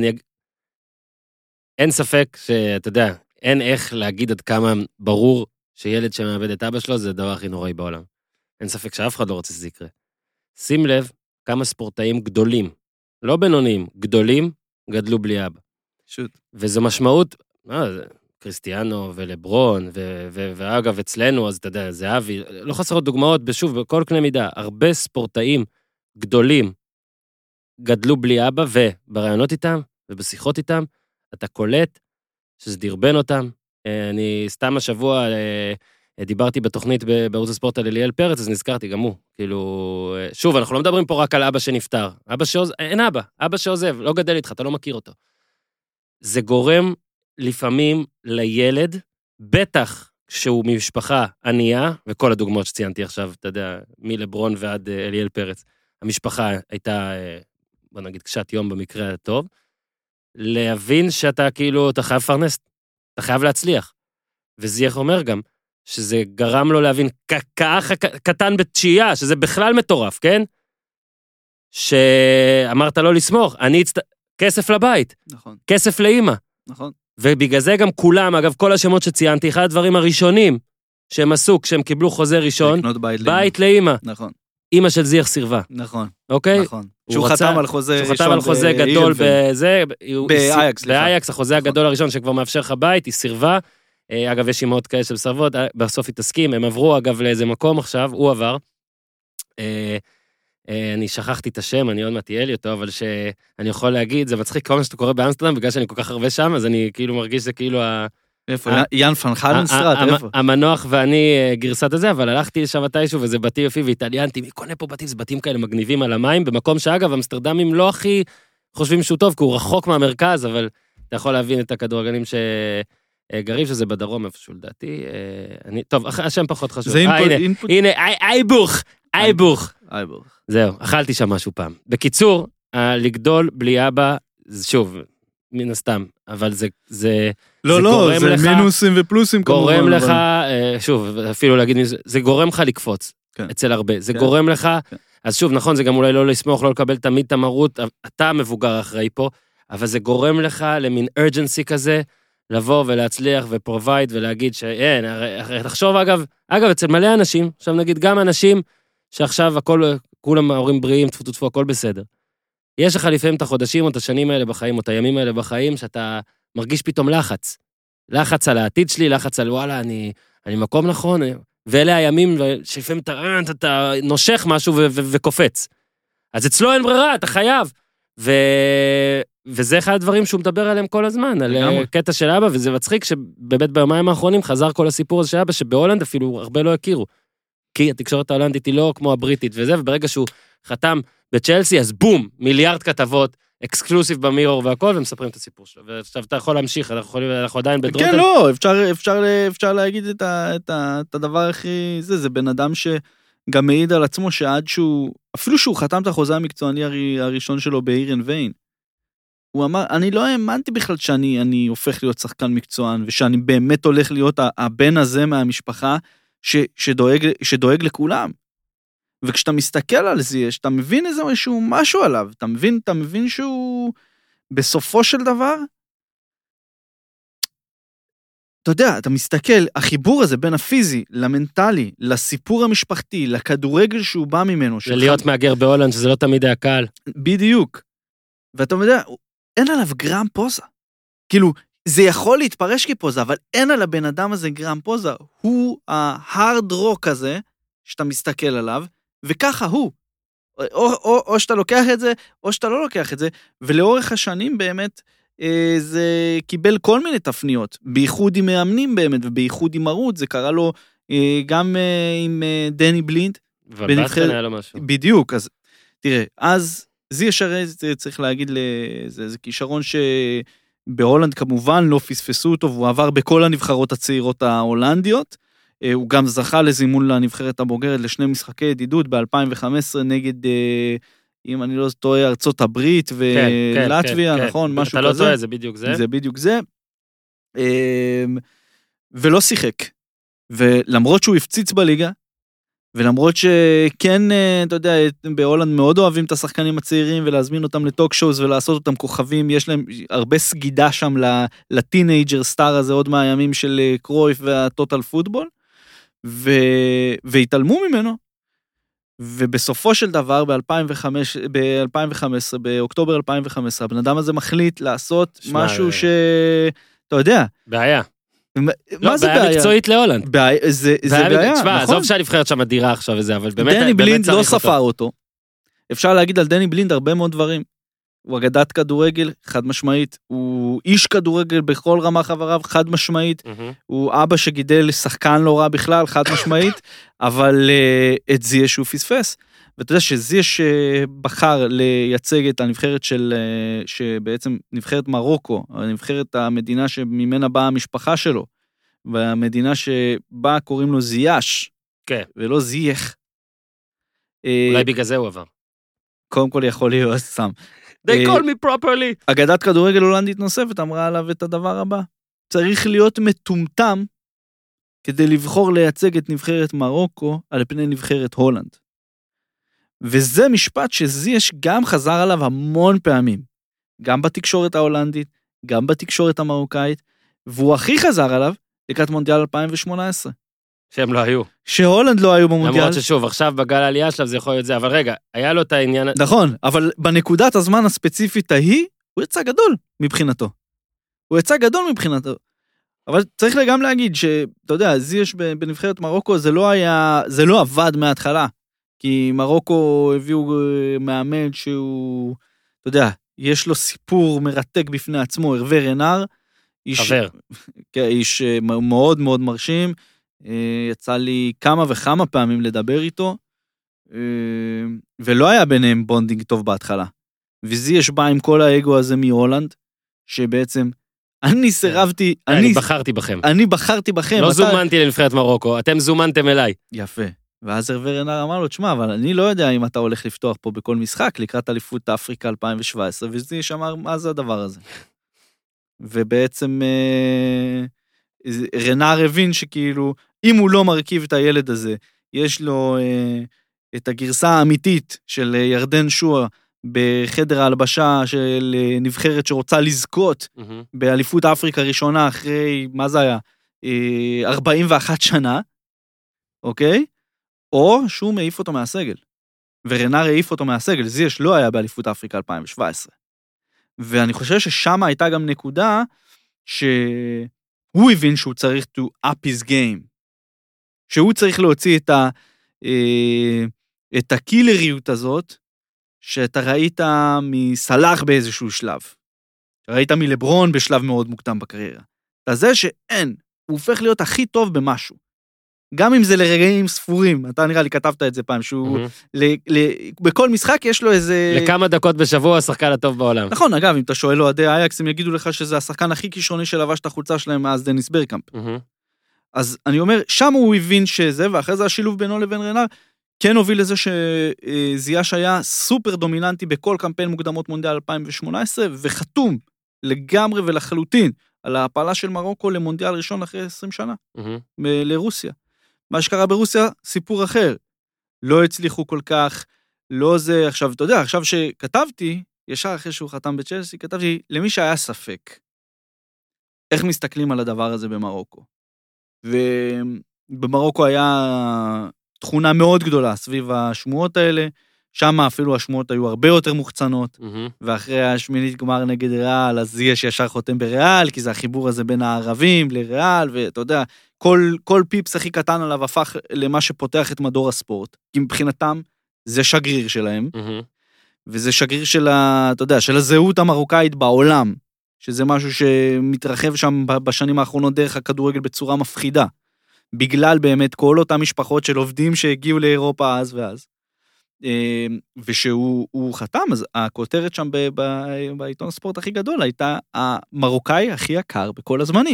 אין ספק שאתה יודע, אין איך להגיד עד כמה ברור שילד שמאבד את אבא שלו זה הדבר הכי נוראי בעולם. אין ספק שאף אחד לא רוצה שזה יקרה. שים לב כמה ספורטאים גדולים, לא בינוניים, גדולים, גדלו בלי אבא. פשוט. וזו משמעות, קריסטיאנו ולברון, ואגב אצלנו, אז אתה יודע, זה אבי, לא חסרות דוגמאות, בשוב, בכל קנה מידה, הרבה ספורטאים גדולים גדלו בלי אבא, וברעיונות איתם, ובשיחות איתם, אתה קולט שזה דרבן אותם. אני סתם השבוע דיברתי בתוכנית בערוץ הספורט על אליאל פרץ, אז נזכרתי גם הוא. כאילו, שוב, אנחנו לא מדברים פה רק על אבא שנפטר. אין אבא שעוזב, לא גדל איתך, אתה לא מכיר אותו. זה גורם לפעמים לילד, בטח שהוא ממשפחה ענייה, וכל הדוגמאות שציינתי עכשיו, אתה יודע, מלברון ועד אליאל פרץ, המשפחה הייתה, בוא נגיד, קשת יום במקרה הטוב, להבין שאתה כאילו, אתה חייב פרנס, אתה חייב להצליח. וזייך אומר גם, שזה גרם לו להבין כאח קטן בתשיעה, שזה בכלל מטורף, כן? שאמרת לו לסמוך, כסף לבית, נכון, כסף לאמא. נכון. ובגלל זה גם כולם, אגב, כל השמות שציינתי, אחד הדברים הראשונים שהם עשו כשהם קיבלו חוזה ראשון, לקנות בית לאמא. נכון, אמא של זיח סירבה, נכון, אוקיי? נכון. שהוא חתם על חוזה שהוא ראשון חתם על חוזה גדול בזה, באייקס, סליחה. באייקס, החוזה הגדול הראשון שכבר מאפשר לך בית, היא סירבה. אגב, יש אימהות כאלה של סרבות, בסוף היא תסכים, הם עברו אגב לאיזה מקום עכשיו, הוא עבר. אני שכחתי את השם, אני עוד מעט תהיה לי אותו, אבל שאני יכול להגיד, זה מצחיק כל מה שאתה קורא באמסטרדם, בגלל שאני כל כך הרבה שם, אז אני כאילו מרגיש שזה כאילו איפה? יאן פן חלנסטרט, איפה? המנוח ואני גרסת את זה, אבל הלכתי לשם מתישהו, וזה בתים יפי והתעניינתי, מי קונה פה בתים? זה בתים כאלה מגניבים על המים, במקום שאגב, אמסטרדמים לא הכי חושבים שהוא טוב, כי הוא רחוק מהמרכז, אבל אתה יכול להבין את הכדורגלים שגרים, שזה בדרום איפשהו, לדעתי. טוב, השם פחות חשוב. זה אינפוט. הנה, אייבוך. אייבוך. זהו, אכלתי שם משהו פעם. בקיצור, לגדול בלי אבא, שוב, מן הסתם, אבל זה לא, זה מינוסים ופלוסים כמובן. גורם לך, שוב, אפילו להגיד, זה גורם לך לקפוץ, אצל הרבה, זה גורם לך, אז שוב, נכון, זה גם אולי לא לסמוך, לא לקבל תמיד את המרות, אתה המבוגר אחראי פה, אבל זה גורם לך למין urgency כזה, לבוא ולהצליח ופרובייד ולהגיד שאין, תחשוב אגב, אצל מלא אנשים, עכשיו נגיד גם אנשים שעכשיו הכל, כולם ההורים בריאים, תפו, הכל בסדר. יש לך לפעמים את החודשים או את השנים האלה בחיים, או את הימים האלה בחיים, שאתה מרגיש פתאום לחץ. לחץ על העתיד שלי, לחץ על וואלה, אני מקום נכון, ואלה הימים שלפעמים אתה נושך משהו וקופץ. אז אצלו אין ברירה, אתה חייב. וזה אחד הדברים שהוא מדבר עליהם כל הזמן, על קטע של אבא, וזה מצחיק שבאמת ביומיים האחרונים חזר כל הסיפור הזה של אבא, שבהולנד אפילו הרבה לא הכירו. כי התקשורת ההולנדית היא לא כמו הבריטית וזה, וברגע שהוא חתם בצ'לסי, אז בום, מיליארד כתבות, אקסקלוסיב במירור והכל, ומספרים את הסיפור שלו. ועכשיו אתה יכול להמשיך, אנחנו עדיין בדרוטל. כן, לא, אפשר להגיד את הדבר הכי, זה בן אדם שגם מעיד על עצמו, שעד שהוא, אפילו שהוא חתם את החוזה המקצועני הראשון שלו באירן ויין, הוא אמר, אני לא האמנתי בכלל שאני הופך להיות שחקן מקצוען, ושאני באמת הולך להיות הבן הזה מהמשפחה, שדואג לכולם. וכשאתה מסתכל על זה, שאתה מבין איזה משהו עליו, אתה מבין שהוא בסופו של דבר, אתה יודע, אתה מסתכל, החיבור הזה בין הפיזי למנטלי, לסיפור המשפחתי, לכדורגל שהוא בא ממנו. להיות מאגר בהולנד, שזה לא תמיד היה קל. בדיוק. ואתה יודע, אין עליו גרם פוזה. כאילו, זה יכול להתפרש כפוזה, אבל אין על הבן אדם הזה גרם פוזה. הוא ההארד רוק הזה, שאתה מסתכל עליו, וככה הוא. או שאתה לוקח את זה, או שאתה לא לוקח את זה, ולאורך השנים באמת, זה קיבל כל מיני תפניות, בייחוד עם מאמנים באמת, ובייחוד עם ערוץ, זה קרה לו גם עם דני בלינד. ובאסטן היה לו משהו. בדיוק, אז תראה, אז זה ישר צריך להגיד, זה כישרון שבהולנד כמובן לא פספסו אותו, והוא עבר בכל הנבחרות הצעירות ההולנדיות, הוא גם זכה לזימון לנבחרת הבוגרת לשני משחקי ידידות ב-2015 נגד, אם אני לא טועה, ארצות הברית ולטביה, נכון? משהו כזה. אתה לא טועה, זה בדיוק זה. זה בדיוק זה. ולא שיחק. ולמרות שהוא הפציץ בליגה, ולמרות שכן, אתה יודע, בהולנד מאוד אוהבים את השחקנים הצעירים, ולהזמין אותם לטוק שואוז ולעשות אותם כוכבים, יש להם הרבה סגידה שם לטינג'ר סטאר הזה, עוד מהימים של קרויף והטוטל פוטבול, והתעלמו ממנו, ובסופו של דבר ב-2015, באוקטובר 2015, הבן אדם הזה מחליט לעשות משהו אתה יודע. בעיה. מה זה בעיה? בעיה מקצועית להולנד. זה בעיה, נכון. תשמע, עזוב שהנבחרת שם אדירה עכשיו וזה, אבל באמת דני בלינד לא ספר אותו. אפשר להגיד על דני בלינד הרבה מאוד דברים. הוא אגדת כדורגל, חד משמעית. הוא איש כדורגל בכל רמה חבריו, חד משמעית. הוא אבא שגידל שחקן לא רע בכלל, חד משמעית. אבל את זיה שהוא פספס. ואתה יודע שזיה שבחר לייצג את הנבחרת שבעצם נבחרת מרוקו, נבחרת המדינה שממנה באה המשפחה שלו, והמדינה שבה קוראים לו זייש, ולא זייך. אולי בגלל זה הוא עבר. קודם כל יכול להיות סתם. They call me properly. אגדת כדורגל הולנדית נוספת אמרה עליו את הדבר הבא. צריך להיות מטומטם כדי לבחור לייצג את נבחרת מרוקו על פני נבחרת הולנד. וזה משפט שזייש גם חזר עליו המון פעמים. גם בתקשורת ההולנדית, גם בתקשורת המרוקאית, והוא הכי חזר עליו לקראת מונדיאל 2018. שהם לא היו. שהולנד לא היו במונדיאל. למרות ששוב, עכשיו בגל העלייה שלו זה יכול להיות זה, אבל רגע, היה לו את העניין... נכון, אבל בנקודת הזמן הספציפית ההיא, הוא יצא גדול מבחינתו. הוא יצא גדול מבחינתו. אבל צריך גם להגיד שאתה יודע, זיש בנבחרת מרוקו, זה לא עבד מההתחלה. כי מרוקו הביאו מאמן שהוא, אתה יודע, יש לו סיפור מרתק בפני עצמו, הרווה רנר. חבר. איש מאוד מאוד מרשים. יצא לי כמה וכמה פעמים לדבר איתו, ולא היה ביניהם בונדינג טוב בהתחלה. וזיש בא עם כל האגו הזה מהולנד, שבעצם אני סירבתי, אני בחרתי בכם. אני בחרתי בכם. לא זומנתי לנבחרת מרוקו, אתם זומנתם אליי. יפה. ואז הרווה רנר אמר לו, תשמע, אבל אני לא יודע אם אתה הולך לפתוח פה בכל משחק, לקראת אליפות אפריקה 2017, וזיש אמר, מה זה הדבר הזה? ובעצם רנר הבין שכאילו, אם הוא לא מרכיב את הילד הזה, יש לו את הגרסה האמיתית של ירדן שועה, בחדר ההלבשה של נבחרת שרוצה לזכות באליפות אפריקה ראשונה אחרי, מה זה היה? 41 שנה, אוקיי? או שהוא מעיף אותו מהסגל. ורנר העיף אותו מהסגל, זיש לא היה באליפות אפריקה 2017. ואני חושב ששם הייתה גם נקודה שהוא הבין שהוא צריך to up his game. שהוא צריך להוציא את הקילריות הזאת, שאתה ראית מסלח באיזשהו שלב. ראית מלברון בשלב מאוד מוקדם בקריירה. אתה זה שאין, הוא הופך להיות הכי טוב במשהו. גם אם זה לרגעים ספורים, אתה נראה לי כתבת את זה פעם, שהוא בכל משחק יש לו איזה... לכמה דקות בשבוע השחקן הטוב בעולם. נכון, אגב, אם אתה שואל לו עדי אייקס, הם יגידו לך שזה השחקן הכי כישרוני שלבש את החולצה שלהם מאז דניס ברקאמפ. אז אני אומר, שם הוא הבין שזה, ואחרי זה השילוב בינו לבין רנר, כן הוביל לזה שזיאש היה סופר דומיננטי בכל קמפיין מוקדמות מונדיאל 2018, וחתום לגמרי ולחלוטין על ההפעלה של מרוקו למונדיאל ראשון אחרי 20 שנה, לרוסיה. מה שקרה ברוסיה, סיפור אחר. לא הצליחו כל כך, לא זה, עכשיו, אתה יודע, עכשיו שכתבתי, ישר אחרי שהוא חתם בצ'לסי, כתבתי, למי שהיה ספק, איך מסתכלים על הדבר הזה במרוקו. ובמרוקו היה תכונה מאוד גדולה סביב השמועות האלה, שם אפילו השמועות היו הרבה יותר מוחצנות, ואחרי השמינית גמר נגד ריאל, אז זיאש ישר חותם בריאל, כי זה החיבור הזה בין הערבים לריאל, ואתה יודע, כל פיפס הכי קטן עליו הפך למה שפותח את מדור הספורט, כי מבחינתם זה שגריר שלהם, וזה שגריר של, אתה יודע, של הזהות המרוקאית בעולם, שזה משהו שמתרחב שם בשנים האחרונות דרך הכדורגל בצורה מפחידה, בגלל באמת כל אותם משפחות של עובדים שהגיעו לאירופה אז ואז. ושהוא חתם, אז הכותרת שם בעיתון הספורט הכי גדול הייתה המרוקאי הכי יקר בכל הזמנים.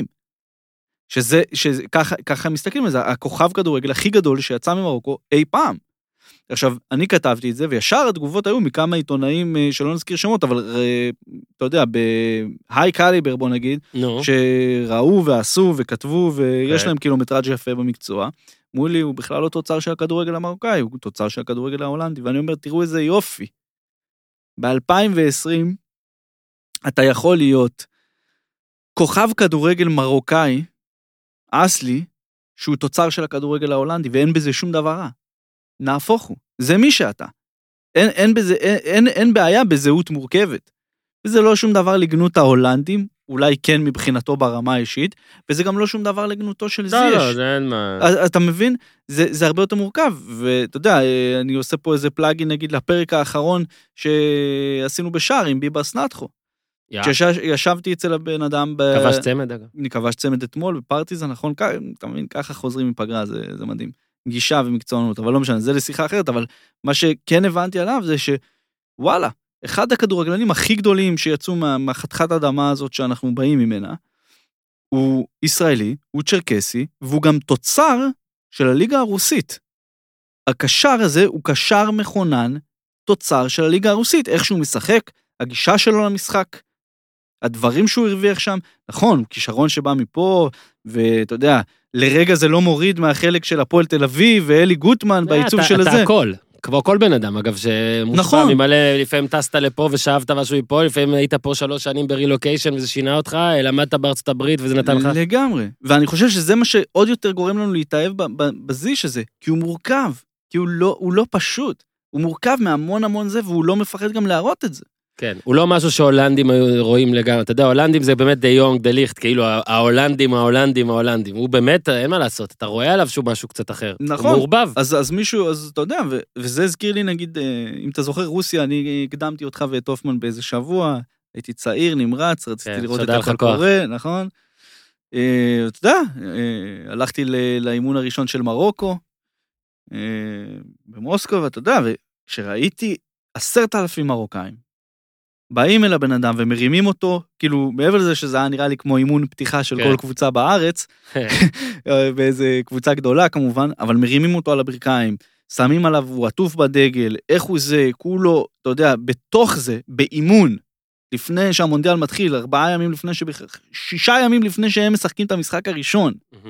ככה מסתכלים על זה, הכוכב כדורגל הכי גדול שיצא ממרוקו אי פעם. עכשיו, אני כתבתי את זה, וישר התגובות היו מכמה עיתונאים שלא נזכיר שמות, אבל אתה יודע, בהיי קליבר, בוא נגיד, שראו ועשו וכתבו, ויש להם קילומטראז' יפה במקצוע, אמרו לי, הוא בכלל לא תוצר של הכדורגל המרוקאי, הוא תוצר של הכדורגל ההולנדי, ואני אומר, תראו איזה יופי. ב-2020, אתה יכול להיות כוכב כדורגל מרוקאי, אסלי, שהוא תוצר של הכדורגל ההולנדי, ואין בזה שום דבר רע. נהפוך הוא. זה מי שאתה. אין בעיה בזהות מורכבת. וזה לא שום דבר לגנות ההולנדים, אולי כן מבחינתו ברמה האישית, וזה גם לא שום דבר לגנותו של זיאש. לא, זה אין מה. אתה מבין? זה הרבה יותר מורכב, ואתה יודע, אני עושה פה איזה פלאגין, נגיד, לפרק האחרון שעשינו בשער עם ביבס נתחו. כשישבתי אצל הבן אדם... כבש צמד, אגב. אני כבש צמד אתמול בפרטיזן, נכון? אתה מבין, ככה חוזרים מפגרה, זה מדהים. גישה ומקצוענות, אבל לא משנה, זה לשיחה אחרת, אבל מה שכן הבנתי עליו זה שוואלה, אחד הכדורגלנים הכי גדולים שיצאו מהחתכת האדמה הזאת שאנחנו באים ממנה, הוא ישראלי, הוא צ'רקסי, והוא גם תוצר של הליגה הרוסית. הקשר הזה הוא קשר מכונן, תוצר של הליגה הרוסית, איך שהוא משחק, הגישה שלו למשחק, הדברים שהוא הרוויח שם, נכון, כישרון שבא מפה, ואתה יודע, לרגע זה לא מוריד מהחלק של הפועל תל אביב, ואלי גוטמן בעיצוב של הזה. אתה הכל. כמו כל בן אדם, אגב, שמושפע נכון. ממלא, לפעמים טסת לפה ושאבת משהו מפה, לפעמים היית פה 3 שנים ברילוקיישן וזה שינה אותך, למדת בארצות הברית וזה נתן לך. לגמרי. ואני חושב שזה מה שעוד יותר גורם לנו להתאהב בזיש הזה, כי הוא מורכב, כי הוא לא פשוט. הוא מורכב מהמון זה, והוא לא מפחד גם להראות את זה. כן, הוא לא משהו שהולנדים רואים לגמרי, אתה יודע, הולנדים זה באמת די יונג, די ליכט, כאילו ההולנדים, הוא באמת, אין מה לעשות, אתה רואה עליו שהוא משהו קצת אחר. נכון. הוא מעורבב. אז מישהו, אז אתה יודע, וזה הזכיר לי, נגיד, אם אתה זוכר רוסיה, אני הקדמתי אותך ואת הופמן באיזה שבוע, הייתי צעיר, נמרץ, רציתי לראות את הכל קורה, נכון? אתה יודע, הלכתי לאימון הראשון של מרוקו, במוסקו, ואתה יודע, וכשראיתי 10,000 מרוקאים, באים אל הבן אדם ומרימים אותו, כאילו, מעבר לזה שזה היה נראה לי כמו אימון פתיחה של כל קבוצה בארץ, באיזה קבוצה גדולה כמובן, אבל מרימים אותו על הברכיים, שמים עליו, הוא עטוף בדגל, איך הוא זה, כולו, אתה יודע, בתוך זה, באימון, לפני שהמונדיאל מתחיל, 4 ימים לפני, 6 ימים לפני שהם משחקים את המשחק הראשון,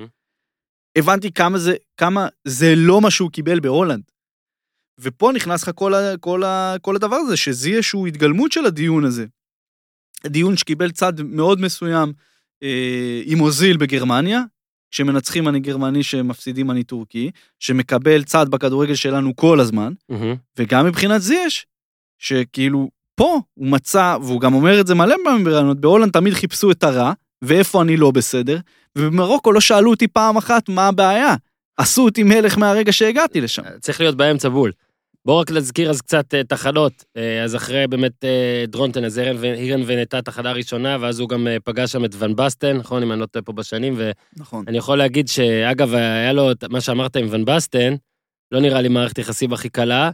הבנתי כמה זה לא מה שהוא קיבל בהולנד. ופה נכנס לך כל הדבר הזה, שזה איזשהו התגלמות של הדיון הזה. הדיון שקיבל צד מאוד מסוים עם אוזיל בגרמניה, שמנצחים אני גרמני שמפסידים אני טורקי, שמקבל צד בכדורגל שלנו כל הזמן, וגם מבחינת זיש, שכאילו פה הוא מצא, והוא גם אומר את זה מלא פעמים ברעיונות, בהולנד תמיד חיפשו את הרע, ואיפה אני לא בסדר, ובמרוקו לא שאלו אותי פעם אחת מה הבעיה. עשו אותי מלך מהרגע שהגעתי לשם. צריך להיות באמצע בול. בואו רק להזכיר אז קצת תחנות, אז אחרי באמת דרונטן, אז הירן ונטה תחנה ראשונה, ואז הוא גם פגש שם את ון בסטן, נכון, אם אני לא טועה פה בשנים, ואני יכול להגיד שאגב, היה לו מה שאמרת עם ון בסטן, לא נראה לי מערכת יחסים הכי קלה,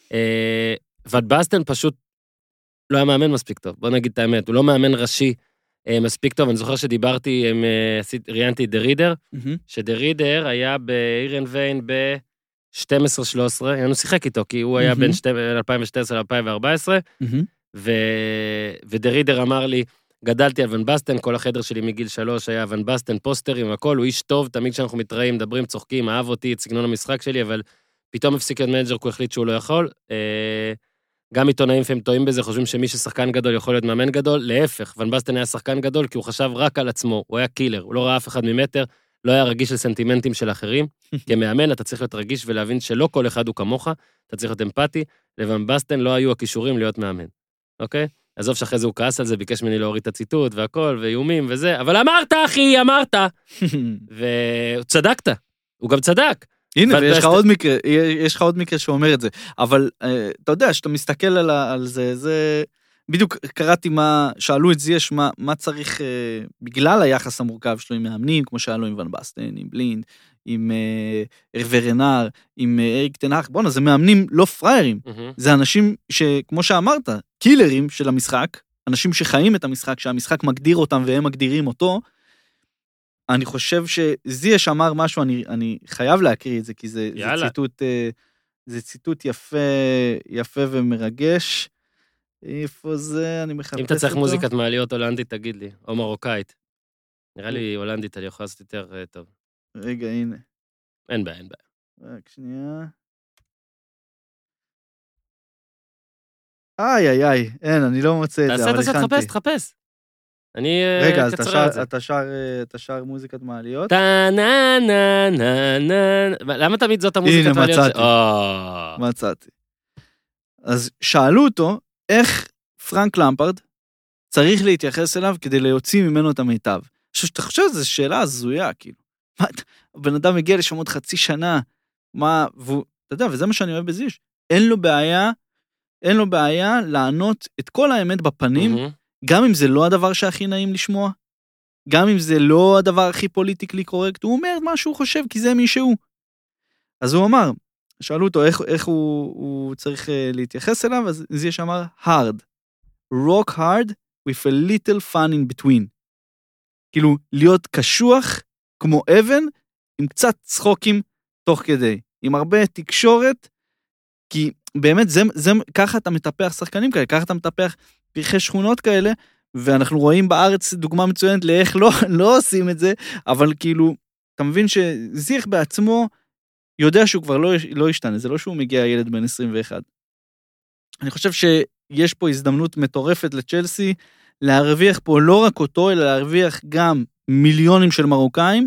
ון בסטן פשוט לא היה מאמן מספיק טוב, בוא נגיד את האמת, הוא לא מאמן ראשי מספיק טוב, אני זוכר שדיברתי, ראיינתי את דה רידר, שדה רידר היה בהירן ויין ב-12-13, היינו שיחק איתו, כי הוא היה בין 2012 ל-2014, ודה רידר אמר לי, גדלתי על ון בסטן, כל החדר שלי מגיל 3 היה ון בסטן, פוסטרים, הכל, הוא איש טוב, תמיד כשאנחנו מתראים, מדברים, צוחקים, אהב אותי, את סגנון המשחק שלי, אבל פתאום הפסיק להיות מנג'ר, הוא החליט שהוא לא יכול, גם עיתונאים לפעמים טועים בזה, חושבים שמי ששחקן גדול יכול להיות מאמן גדול, להפך, ון בסטן היה שחקן גדול, כי הוא חשב רק על עצמו, הוא היה קילר, הוא לא ראה אף אחד ממטר, לא היה רגיש לסנטימנטים של אחרים, כמאמן אתה צריך להיות רגיש ולהבין שלא כל אחד הוא כמוך, אתה צריך להיות אמפתי, לוון בסטן לא היו הכישורים להיות מאמן, אוקיי? עזוב שאחרי זה הוא כעס על זה, ביקש ממני להוריד את הציטוט והכל, ואיומים וזה, אבל אמרת אחי, אמרת, וצדקת, הוא גם צדק. הנה, ויש לך עוד מקרה שאומר את זה, אבל אתה יודע, שאתה מסתכל על זה, זה, בדיוק קראתי שאלו את זיש, מה צריך, בגלל היחס המורכב שלו עם מאמנים, כמו שאלו עם ון בסטן, עם בלינד, עם ורנר, עם אריק תנח, בוא'נה, זה מאמנים לא פריירים, זה אנשים שכמו שאמרת, קילרים של המשחק, אנשים שחיים את המשחק, שהמשחק מגדיר אותם והם מגדירים אותו, אני חושב שזיש אמר משהו, אני חייב להקריא את זה, כי זה ציטוט יפה ומרגש. איפה זה? אני מחפש אותו. אם אתה צריך מוזיקת מעליות הולנדית, תגיד לי, או מרוקאית. נראה לי הולנדית, אני יכול לעשות יותר טוב. רגע, הנה. אין בעיה. רק שנייה. איי, אין, אני לא מוצא את זה, אבל הכנתי. תחפש. רגע, אז אתה שר מוזיקת מעליות? למה תמיד זאת המוזיקת מעליות? הנה, מצאתי. אז שאלו אותו, איך פרנק למפרד צריך להתייחס אליו כדי להוציא ממנו את המיטב. אתה חושב שזו שאלה הזויה, כאילו. הבן אדם מגיע לשם עוד חצי שנה, אתה יודע, וזה מה שאני אוהב בזיש, אין לו בעיה לענות את כל האמת בפנים, גם אם זה לא הדבר שהכי נעים לשמוע, גם אם זה לא הדבר הכי פוליטיקלי קורקט, הוא אומר מה שהוא חושב, כי זה מישהו. אז הוא אמר, שאלו אותו איך הוא צריך להתייחס אליו, אז זיש אמר, hard, rock hard with a little fun in between. כאילו, להיות קשוח כמו אבן, עם קצת צחוקים תוך כדי, עם הרבה תקשורת, כי באמת ככה אתה מטפח שחקנים כאלה, ככה אתה מטפח פרחי שכונות כאלה, ואנחנו רואים בארץ דוגמה מצוינת לאיך לא עושים את זה, אבל כאילו, אתה מבין שזיך בעצמו יודע שהוא כבר לא ישתנה, זה לא שהוא מגיע ילד בן 21. אני חושב שיש פה הזדמנות מטורפת לצ'לסי, להרוויח פה לא רק אותו, אלא להרוויח גם מיליונים של מרוקאים,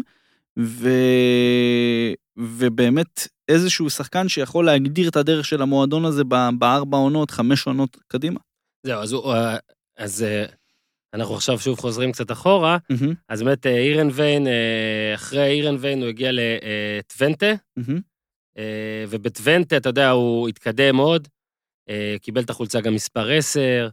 ובאמת איזשהו שחקן שיכול להגדיר את הדרך של המועדון הזה ב4 עונות, 5 עונות קדימה. זהו, אז אנחנו עכשיו שוב חוזרים קצת אחורה, אז באמת אירנביין, אחרי אירנביין הוא הגיע לטוונטה, ובטוונטה, אתה יודע, הוא התקדם עוד, קיבל את החולצה גם מספר 10,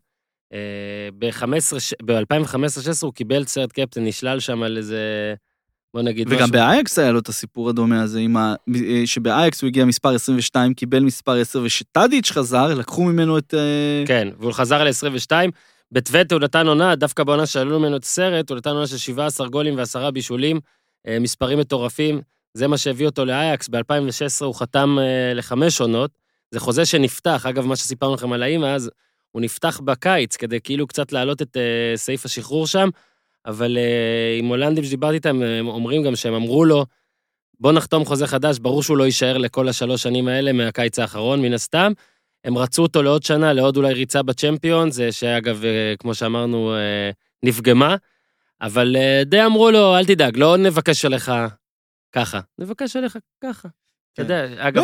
ב-2015-2016 הוא קיבל סרט קפטן, נשלל שם על איזה, בוא נגיד וגם משהו. באייקס היה לו את הסיפור הדומה הזה, שבאייקס הוא הגיע מספר 22, קיבל מספר 10, ושטאדיץ' חזר, לקחו ממנו את... כן, והוא חזר ל-22, בטוונטה הוא נתן עונה, דווקא בעונה שעלו ממנו את הסרט, הוא נתן עונה של 17 גולים ו10 בישולים, מספרים מטורפים, זה מה שהביא אותו לאייקס, ב-2016 הוא חתם ל5 עונות, זה חוזה שנפתח, אגב מה שסיפרנו לכם על האמא, אז הוא נפתח בקיץ, כדי כאילו קצת להעלות את סעיף השחרור שם, אבל עם הולנדים שדיברתי איתם, הם אומרים גם שהם אמרו לו, בוא נחתום חוזה חדש, ברור שהוא לא יישאר לכל 3 שנים האלה מהקיץ האחרון, מן הסתם, הם רצו אותו לעוד שנה, לעוד אולי ריצה בצ'מפיון, זה שאגב, כמו שאמרנו, נפגמה, אבל די אמרו לו, אל תדאג, לא נבקש עליך ככה, נבקש עליך ככה. אתה יודע, אגב...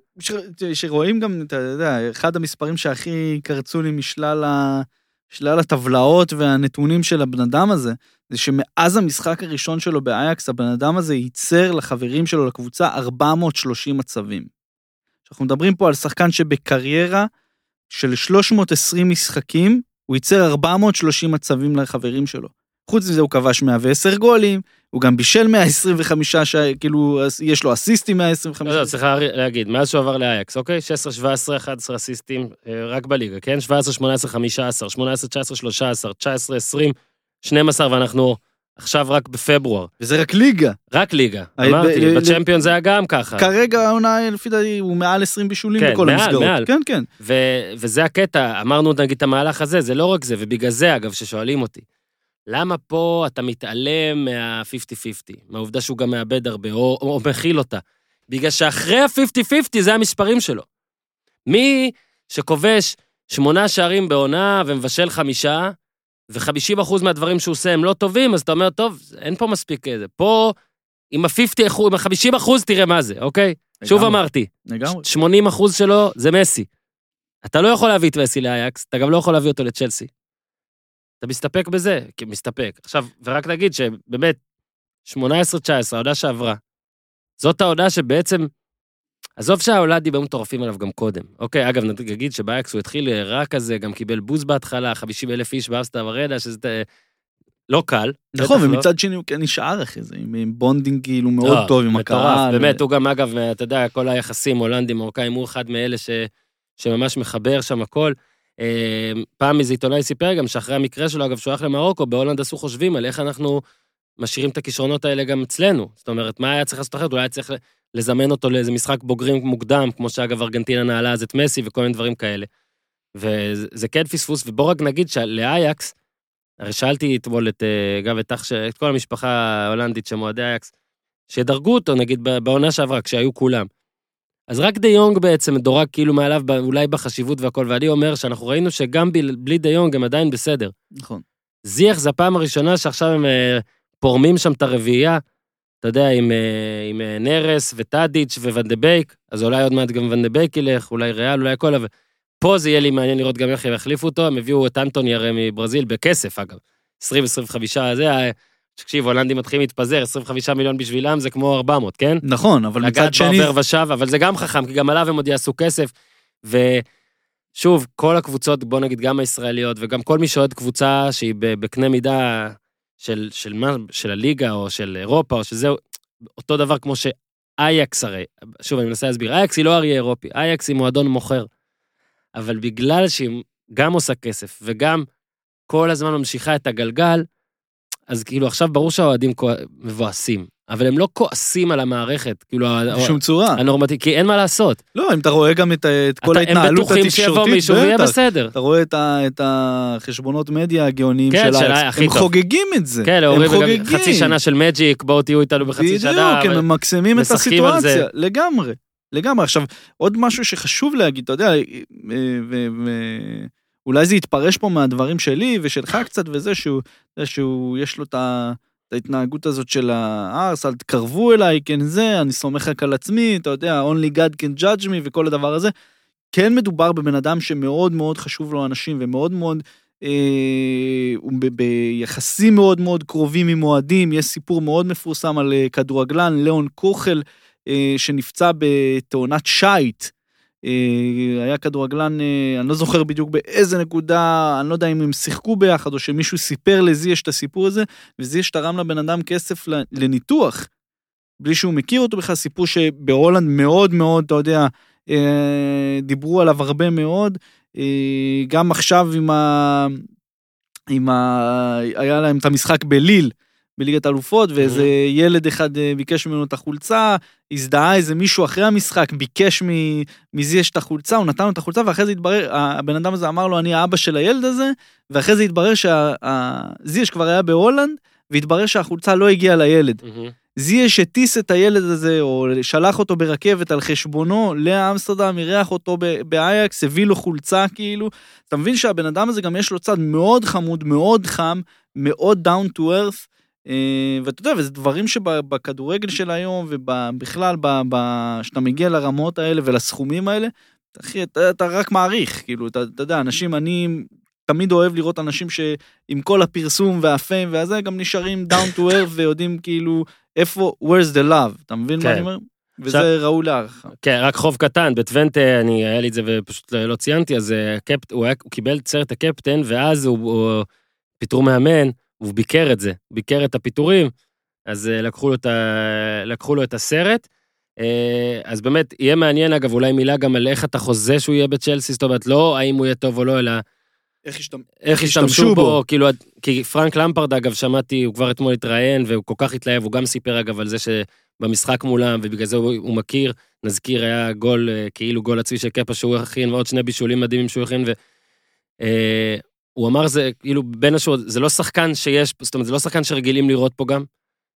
שרואים גם, אתה יודע, אחד המספרים שהכי קרצו לי משלל הטבלאות והנתונים של הבן אדם הזה, זה שמאז המשחק הראשון שלו באייקס, הבן אדם הזה ייצר לחברים שלו לקבוצה 430 מצבים. אנחנו מדברים פה על שחקן שבקריירה של 320 משחקים, הוא ייצר 430 מצבים לחברים שלו. חוץ מזה הוא כבש 110 גולים, הוא גם בישל 125, כאילו יש לו אסיסטים 125. לא, צריכה להגיד, מאז שהוא עבר לאייקס, אוקיי? 16, 17, 11 אסיסטים רק בליגה, כן? 17, 18, 15, 18, 19, 13, 19, 20, 12, ואנחנו עכשיו רק בפברואר. וזה רק ליגה. רק ליגה, אמרתי, בצ'מפיון זה היה גם ככה. כרגע העונה, לפי דעתי, הוא מעל 20 בישולים בכל המסגרות. מעל. כן, כן. וזה הקטע, אמרנו נגיד את המהלך הזה, זה לא רק זה, ובגלל זה, אגב, ששואלים אותי, למה פה אתה מתעלם מה-50-50, מהעובדה שהוא גם מאבד הרבה, או מכיל אותה? בגלל שאחרי ה-50-50 זה המספרים שלו. מי שכובש 8 שערים בעונה ומבשל 5, ו50% מהדברים שהוא עושה הם לא טובים, אז אתה אומר, טוב, אין פה מספיק איזה. פה, עם ה-50%, תראה מה זה, אוקיי? שוב אמרתי, 80% שלו זה מסי. אתה לא יכול להביא את מסי לאייקס, אתה גם לא יכול להביא אותו לצ'לסי. אתה מסתפק בזה? כי מסתפק. עכשיו, ורק נגיד שבאמת, 18-19, העונה שעברה, זאת העונה שבעצם, עזוב שההולנדים היו מטורפים עליו גם קודם. אוקיי, אגב, נגיד שבאייקס הוא התחיל רע כזה, גם קיבל בוז בהתחלה, 50,000 איש באסטה ורדה, שזה לא קל. נכון, ומצד שני הוא כן נשאר אחרי זה, עם בונדינג כאילו מאוד טוב, עם הקהל. באמת, הוא גם, אגב, אתה יודע, כל היחסים הולנדים, מרוקאים, הוא אחד מאלה שממש מחבר שם הכל. פעם איזה עיתונאי סיפר גם שאחרי המקרה שלו, אגב, שהוא הלך למרוקו, בהולנד עשו חושבים על איך אנחנו משאירים את הכישרונות האלה גם אצלנו. זאת אומרת, מה היה צריך לעשות אחרת? אולי היה צריך לזמן אותו לאיזה משחק בוגרים מוקדם, כמו שאגב ארגנטינה נעלה אז את מסי וכל מיני דברים כאלה. וזה כן פספוס, ובוא רק נגיד שלאייקס, הרי שאלתי אתמול את כל המשפחה ההולנדית שמועדי אייקס, שדרגו אותו נגיד בעונה שעברה, כשהיו כולם. אז רק די יונג בעצם דורג כאילו מעליו אולי בחשיבות והכל, ואני אומר שאנחנו ראינו שגם בלי די יונג הם עדיין בסדר. נכון. זיח זה הפעם הראשונה שעכשיו הם פורמים שם את הרביעייה, אתה יודע, עם נרס וטאדיץ' וונדבייק, אז אולי עוד מעט גם וונדבייק ילך, אולי ריאל, אולי הכל, אבל פה זה יהיה לי מעניין לראות גם איך הם יחליפו אותו, הם הביאו את אנטוני הרי מברזיל בכסף, אגב, 20-25, זה תקשיב, הולנדים מתחילים להתפזר, 25 מיליון בשבילם, זה כמו 400, כן? נכון, אבל מצד שני... לגעת בעובר ושב, אבל זה גם חכם, כי גם עליו הם עוד יעשו כסף, ושוב, כל הקבוצות, בוא נגיד גם הישראליות, וגם כל מי שעוד קבוצה שהיא בקנה מידה של הליגה, או של אירופה, או שזהו, אותו דבר כמו שאייקס הרי, שוב, אני מנסה להסביר, אייקס היא לא אריה אירופי, אייקס היא מועדון מוכר, אבל בגלל שהיא גם עושה כסף, וגם כל הזמן ממשיכה את הגלגל, אז כאילו עכשיו ברור שהאוהדים מבואסים, אבל הם לא כועסים על המערכת, כאילו... בשום צורה. הנורמטית, כי אין מה לעשות. לא, אם אתה רואה גם את כל ההתנהלות התקשורתית, הם בטוחים שיבוא מישהו ויהיה בסדר. אתה רואה את החשבונות מדיה הגאוניים של האקס, הם חוגגים את זה. כן, הם חוגגים. חצי שנה של מג'יק, בואו תהיו איתנו בחצי שנה. בדיוק, הם ממקסמים את הסיטואציה, לגמרי. לגמרי. עכשיו, עוד משהו שחשוב להגיד, אתה יודע, אולי זה יתפרש פה מהדברים שלי ושלך קצת וזה, שהוא יש לו את ההתנהגות הזאת של הארס, אל תקרבו אליי, כן זה, אני סומך רק על עצמי, אתה יודע, only God can judge me וכל הדבר הזה. כן מדובר בבן אדם שמאוד מאוד חשוב לו אנשים, ומאוד מאוד, ביחסים מאוד מאוד קרובים עם מועדים, יש סיפור מאוד מפורסם על כדורגלן, ליאון קוחל, שנפצע בתאונת שייט, היה כדורגלן, אני לא זוכר בדיוק באיזה נקודה, אני לא יודע אם הם שיחקו ביחד, או שמישהו סיפר לזיש את הסיפור הזה, וזיש תרם לבן אדם כסף לניתוח, בלי שהוא מכיר אותו בכלל, סיפור שבהולנד מאוד מאוד, אתה יודע, דיברו עליו הרבה מאוד, גם עכשיו היה להם את המשחק בליל, בליגת אלופות, ואיזה ילד אחד ביקש ממנו את החולצה, הזדהה איזה מישהו אחרי המשחק, ביקש מזיש את החולצה, הוא נתן לו את החולצה, ואחרי זה התברר, הבן אדם הזה אמר לו, אני האבא של הילד הזה, ואחרי זה התברר שזיש כבר היה בהולנד, והתברר שהחולצה לא הגיעה לילד. זיש הטיס את הילד הזה, או שלח אותו ברכבת על חשבונו, לאמסטרדם, אירח אותו באייקס, הביא לו חולצה כאילו, אתה מבין שהבן אדם הזה גם יש לו צד מאוד חמוד, מאוד חם, מאוד down to earth, ואתה יודע, וזה דברים שבכדורגל של היום, ובכלל, שאתה מגיע לרמות האלה ולסכומים האלה, אחי, אתה רק מעריך, כאילו, אתה יודע, אנשים, אני תמיד אוהב לראות אנשים שעם כל הפרסום והפיים והזה, גם נשארים down to earth, ויודעים כאילו, איפה, where's the love, אתה מבין מה אני אומר? וזה ראוי להערכה. כן, רק חוב קטן, בטוונטה, היה לי את זה ופשוט לא ציינתי, אז הוא קיבל את סרט הקפטן, ואז הוא פיטרו מאמן, הוא ביקר את זה, ביקר את הפיטורים, אז לקחו לו את הסרט, אז באמת יהיה מעניין, אגב, אולי מילה גם על איך אתה חוזה שהוא יהיה בצ'לסי, זאת אומרת, לא האם הוא יהיה טוב או לא, אלא איך השתמשו בו, כאילו, כי פרנק למפרד, אגב, שמעתי, הוא כבר אתמול התראיין, והוא כל כך התלהב, הוא גם סיפר, אגב, על זה שבמשחק מולם, ובגלל זה הוא מכיר, נזכיר, היה גול, כאילו גול עצמי של קפה שהוא הכין, ועוד שני בישולים מדהימים שהוא הכין, הוא אמר, זה כאילו, בין השעות, זה לא שחקן שיש, זאת אומרת, זה לא שחקן שרגילים לראות פה גם.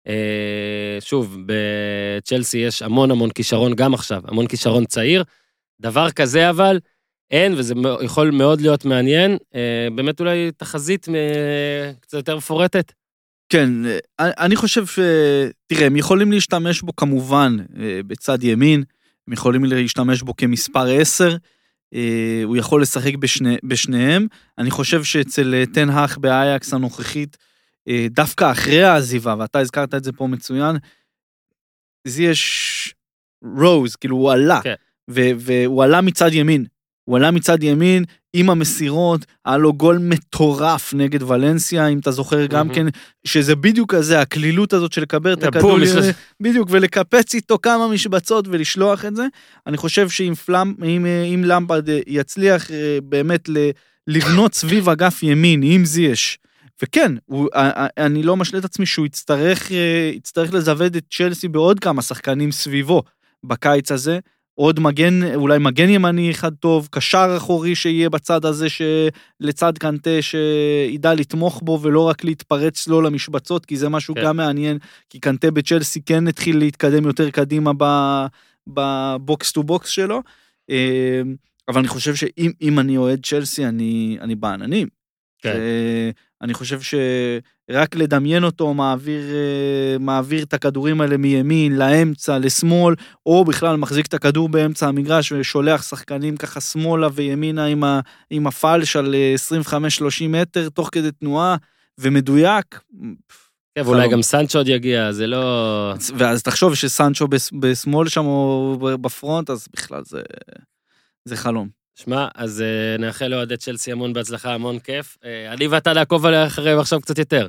שוב, בצ'לסי יש המון כישרון גם עכשיו, המון כישרון צעיר, דבר כזה אבל, אין, וזה יכול מאוד להיות מעניין, באמת אולי תחזית קצת יותר מפורטת. כן, אני חושב תראה, הם יכולים להשתמש בו כמובן בצד ימין, הם יכולים להשתמש בו כמספר 10, הוא יכול לשחק בשניהם, אני חושב שאצל טן האך באייקס הנוכחית, דווקא אחרי העזיבה, ואתה הזכרת את זה פה מצוין, זה יש רוז, כאילו הוא עלה, והוא עלה מצד ימין, הוא עלה מצד ימין עם המסירות, היה לו גול מטורף נגד ולנסיה, אם אתה זוכר גם כן, שזה בדיוק הזה, הכלילות הזאת של לקבל את הכדור, בדיוק, ולקפץ איתו כמה משבצות ולשלוח את זה, אני חושב שאם למפרד יצליח באמת לבנות סביב אגף ימין, אם זה יש, וכן, אני לא משלה את עצמי שהוא יצטרך לזווד את צ'לסי בעוד כמה שחקנים סביבו בקיץ הזה, עוד מגן, אולי מגן ימני אחד טוב, קשר אחורי שיהיה בצד הזה לצד קנטה שידע לתמוך בו ולא רק להתפרץ לו למשבצות, כי זה משהו גם מעניין, כי קנטה בצ'לסי כן התחיל להתקדם יותר קדימה בבוקס טו בוקס שלו, אבל אני חושב שאם אני אוהד צ'לסי, אני בעננים. אני חושב שרק לדמיין אותו מעביר את הכדורים האלה מימין לאמצע, לשמאל, או בכלל מחזיק את הכדור באמצע המגרש ושולח שחקנים ככה שמאלה וימינה עם הפלש על 25-30 מטר תוך כדי תנועה ומדויק. ואולי גם סנצ'ו עוד יגיע, זה לא... ואז תחשוב שסנצ'ו בשמאל שם או בפרונט, אז בכלל זה חלום. שמע, אז נאחל לאוהדי צ'לסי המון בהצלחה, המון כיף. אני ואתה לעקוב עליה אחרי עכשיו קצת יותר.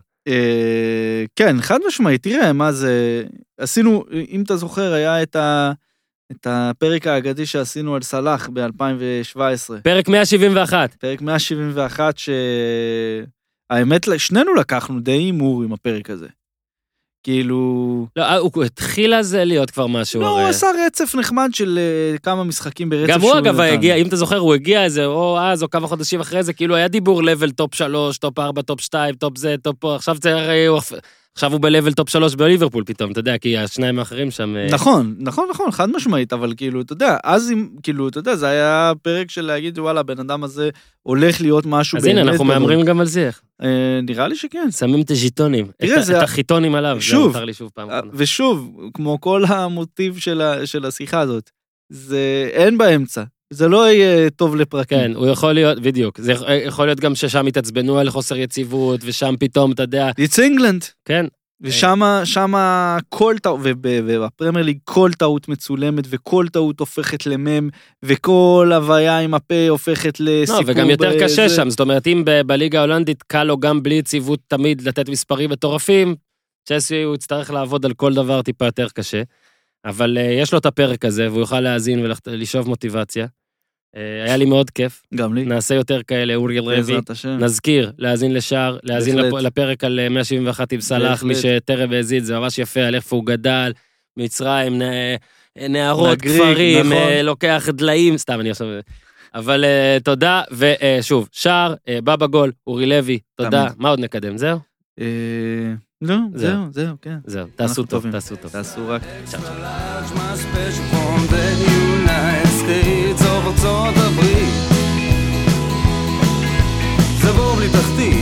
כן, חד משמעי, תראה, מה זה... עשינו, אם אתה זוכר, היה את הפרק האגדי שעשינו על סלאח ב-2017. פרק 171. פרק 171, האמת, שנינו לקחנו די אימור עם הפרק הזה. כאילו... לא, הוא התחיל על זה להיות כבר משהו. לא, הוא עשה רצף נחמד של כמה משחקים ברצף. גם הוא אגב הגיע, אם אתה זוכר, הוא הגיע איזה, או אז, או כמה חודשים אחרי זה, כאילו היה דיבור לבל טופ 3, טופ 4, טופ 2, טופ זה, טופ פה, עכשיו זה הרי, עכשיו הוא בלבל טופ 3 בליברפול פתאום, אתה יודע, כי השניים האחרים שם... נכון, חד משמעית, אבל כאילו, אתה יודע, אז כאילו, אתה יודע, זה היה פרק של להגיד, וואלה, הבן אדם הזה הולך להיות משהו אז הנה, אנחנו מאמרים גם על זה. נראה לי שכן. שמים את הז'יטונים, את החיטונים עליו, זה מותר לי שוב פעם. ושוב, כמו כל המוטיב של השיחה הזאת, זה אין באמצע. זה לא יהיה טוב לפרקים. כן, הוא יכול להיות, בדיוק, זה יכול להיות גם ששם התעצבנו על חוסר יציבות, ושם פתאום, אתה יודע... It's England. כן. ושם כל טעות, ובפרמייר ליג כל טעות מצולמת, וכל טעות הופכת למם, וכל הוויה עם הפה הופכת לסיפור. לא, וגם יותר קשה שם, זאת אומרת, אם בליגה ההולנדית קל לו גם בלי יציבות תמיד לתת מספרים מטורפים, צ'לסי הוא יצטרך לעבוד על כל דבר טיפה יותר קשה, אבל יש לו את הפרק הזה, והוא יוכל להאזין ולשאוב מוטיבציה. היה לי מאוד כיף. גם לי. נעשה יותר כאלה, אורי לוי. נזכיר, להאזין לשער, להאזין לפרק על 171 עם סלאח, מי שטרם הזיד, זה ממש יפה, על איפה הוא גדל, מצרים, נערות, כפרים, לוקח דליים, סתם, אני עכשיו... אבל תודה, ושוב, שער, בבא גול, אורי לוי, תודה. מה עוד נקדם, זהו? לא, זהו, כן. זהו, תעשו טוב. תעשו רק. ארצות הברית זה בור בלי תחתית